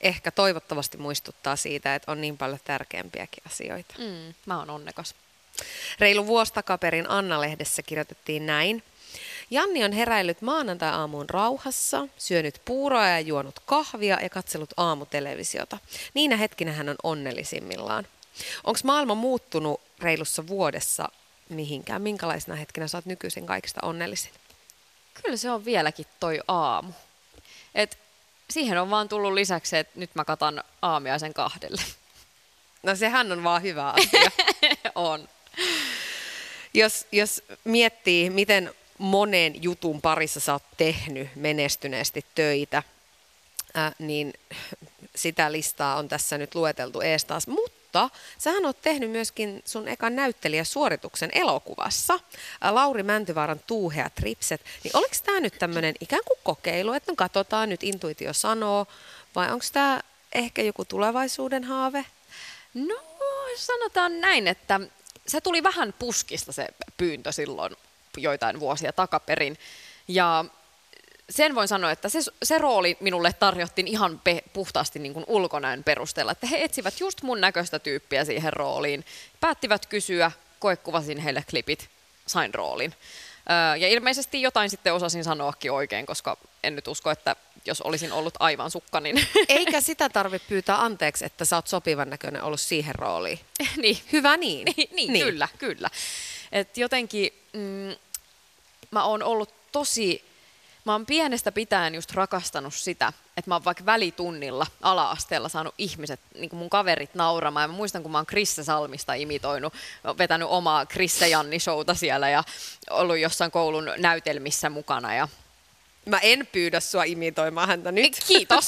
ehkä toivottavasti muistuttaa siitä, että on niin paljon tärkeämpiäkin asioita. Mm, mä oon onnekas. Reilu vuosi takaperin Anna-lehdessä kirjoitettiin näin. Janni on heräillyt maanantai-aamuun rauhassa, syönyt puuroa ja juonut kahvia ja katsellut aamutelevisiota. Niinä hetkinä hän on onnellisimmillaan. Onko maailma muuttunut reilussa vuodessa mihinkään? Minkälaisena hetkinä sä oot nykyisin kaikista onnellisin? Kyllä se on vieläkin toi aamu. Et siihen on vaan tullut lisäksi, että nyt mä katan aamiaisen kahdelle. No sehän on vaan hyvä asia. On. Jos, jos miettii, miten monen jutun parissa sä oot tehnyt menestyneesti töitä, äh, niin sitä listaa on tässä nyt lueteltu ees taas. Mutta sähän oot tehnyt myöskin sun ekan näyttelijäsuorituksen elokuvassa, äh, Lauri Mäntyvaaran Tuuheat ripset. Niin oliko tämä nyt tämmöinen ikään kuin kokeilu, että no katsotaan, nyt intuitio sanoo, vai onko tämä ehkä joku tulevaisuuden haave? No sanotaan näin, että se tuli vähän puskista se pyyntö silloin joitain vuosia takaperin. Ja sen voin sanoa, että se, se rooli minulle tarjottiin ihan pe- puhtaasti niin kuin ulkonäön perusteella. Että he etsivät just mun näköistä tyyppiä siihen rooliin. Päättivät kysyä, koekuvasin heille klipit, sain roolin. Öö, ja ilmeisesti jotain sitten osasin sanoakin oikein, koska en nyt usko, että jos olisin ollut aivan sukka, niin... Eikä sitä tarvitse pyytää anteeksi, että sä oot sopivan näköinen ollut siihen rooliin. niin. Hyvä niin. niin, niin, niin. Kyllä, kyllä. Et jotenkin mm, mä oon ollut tosi... Mä oon pienestä pitäen just rakastanut sitä, että mä oon vaikka välitunnilla ala-asteella saanut ihmiset, niin kuin mun kaverit nauramaan. Ja mä muistan, kun mä oon Krisse Salmista imitoinut, vetänyt omaa Krisse Janni-showta siellä ja ollut jossain koulun näytelmissä mukana. Ja... Mä en pyydä sua imitoimaan häntä nyt. Kiitos.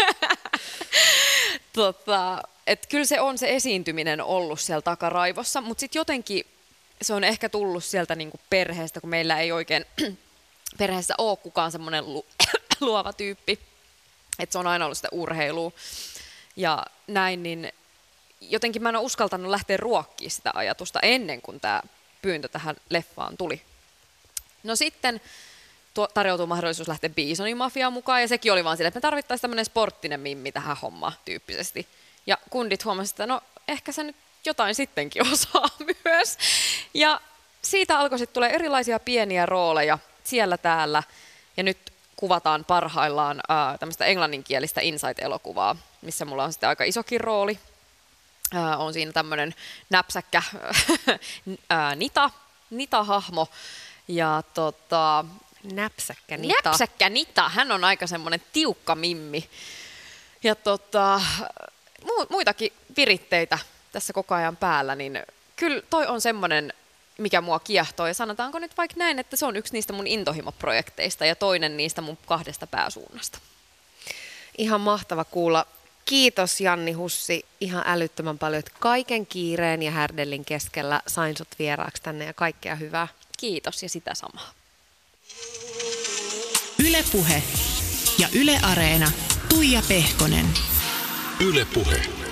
tota, et kyllä se on se esiintyminen ollut siellä takaraivossa, mutta sitten jotenkin se on ehkä tullut sieltä niinku perheestä, kun meillä ei oikein perheessä ole kukaan semmoinen lu- luova tyyppi. Että se on aina ollut sitä urheilua ja näin, niin jotenkin mä en ole uskaltanut lähteä ruokkimaan sitä ajatusta ennen kuin tämä pyyntö tähän leffaan tuli. No sitten tarjoutui mahdollisuus lähteä Bisonin mafiaan mukaan, ja sekin oli vaan silleen, että me tarvittaisiin tämmöinen sporttinen mimmi tähän hommaan tyyppisesti. Ja kundit huomasivat, että no ehkä se nyt jotain sittenkin osaa myös. Ja siitä alkoi sitten tulee erilaisia pieniä rooleja siellä täällä, ja nyt kuvataan parhaillaan ää, tämmöistä englanninkielistä Inside-elokuvaa, missä mulla on sitten aika isokin rooli. Ää, on siinä tämmöinen näpsäkkä ää, Nita, Nita-hahmo, ja tota... Näpsäkkä Nita. Näpsäkkä Nita, hän on aika semmoinen tiukka mimmi. Ja tota, mu- muitakin viritteitä tässä koko ajan päällä, niin kyllä toi on semmoinen, mikä mua kiehtoo. Ja sanotaanko nyt vaikka näin, että se on yksi niistä mun intohimoprojekteista ja toinen niistä mun kahdesta pääsuunnasta. Ihan mahtava kuulla. Kiitos Janni Hussi ihan älyttömän paljon, että kaiken kiireen ja härdellin keskellä sain sut vieraaksi tänne ja kaikkea hyvää. Kiitos ja sitä samaa. Yle Puhe ja Yle Areena. Tuija Pehkonen. Yle Puhe.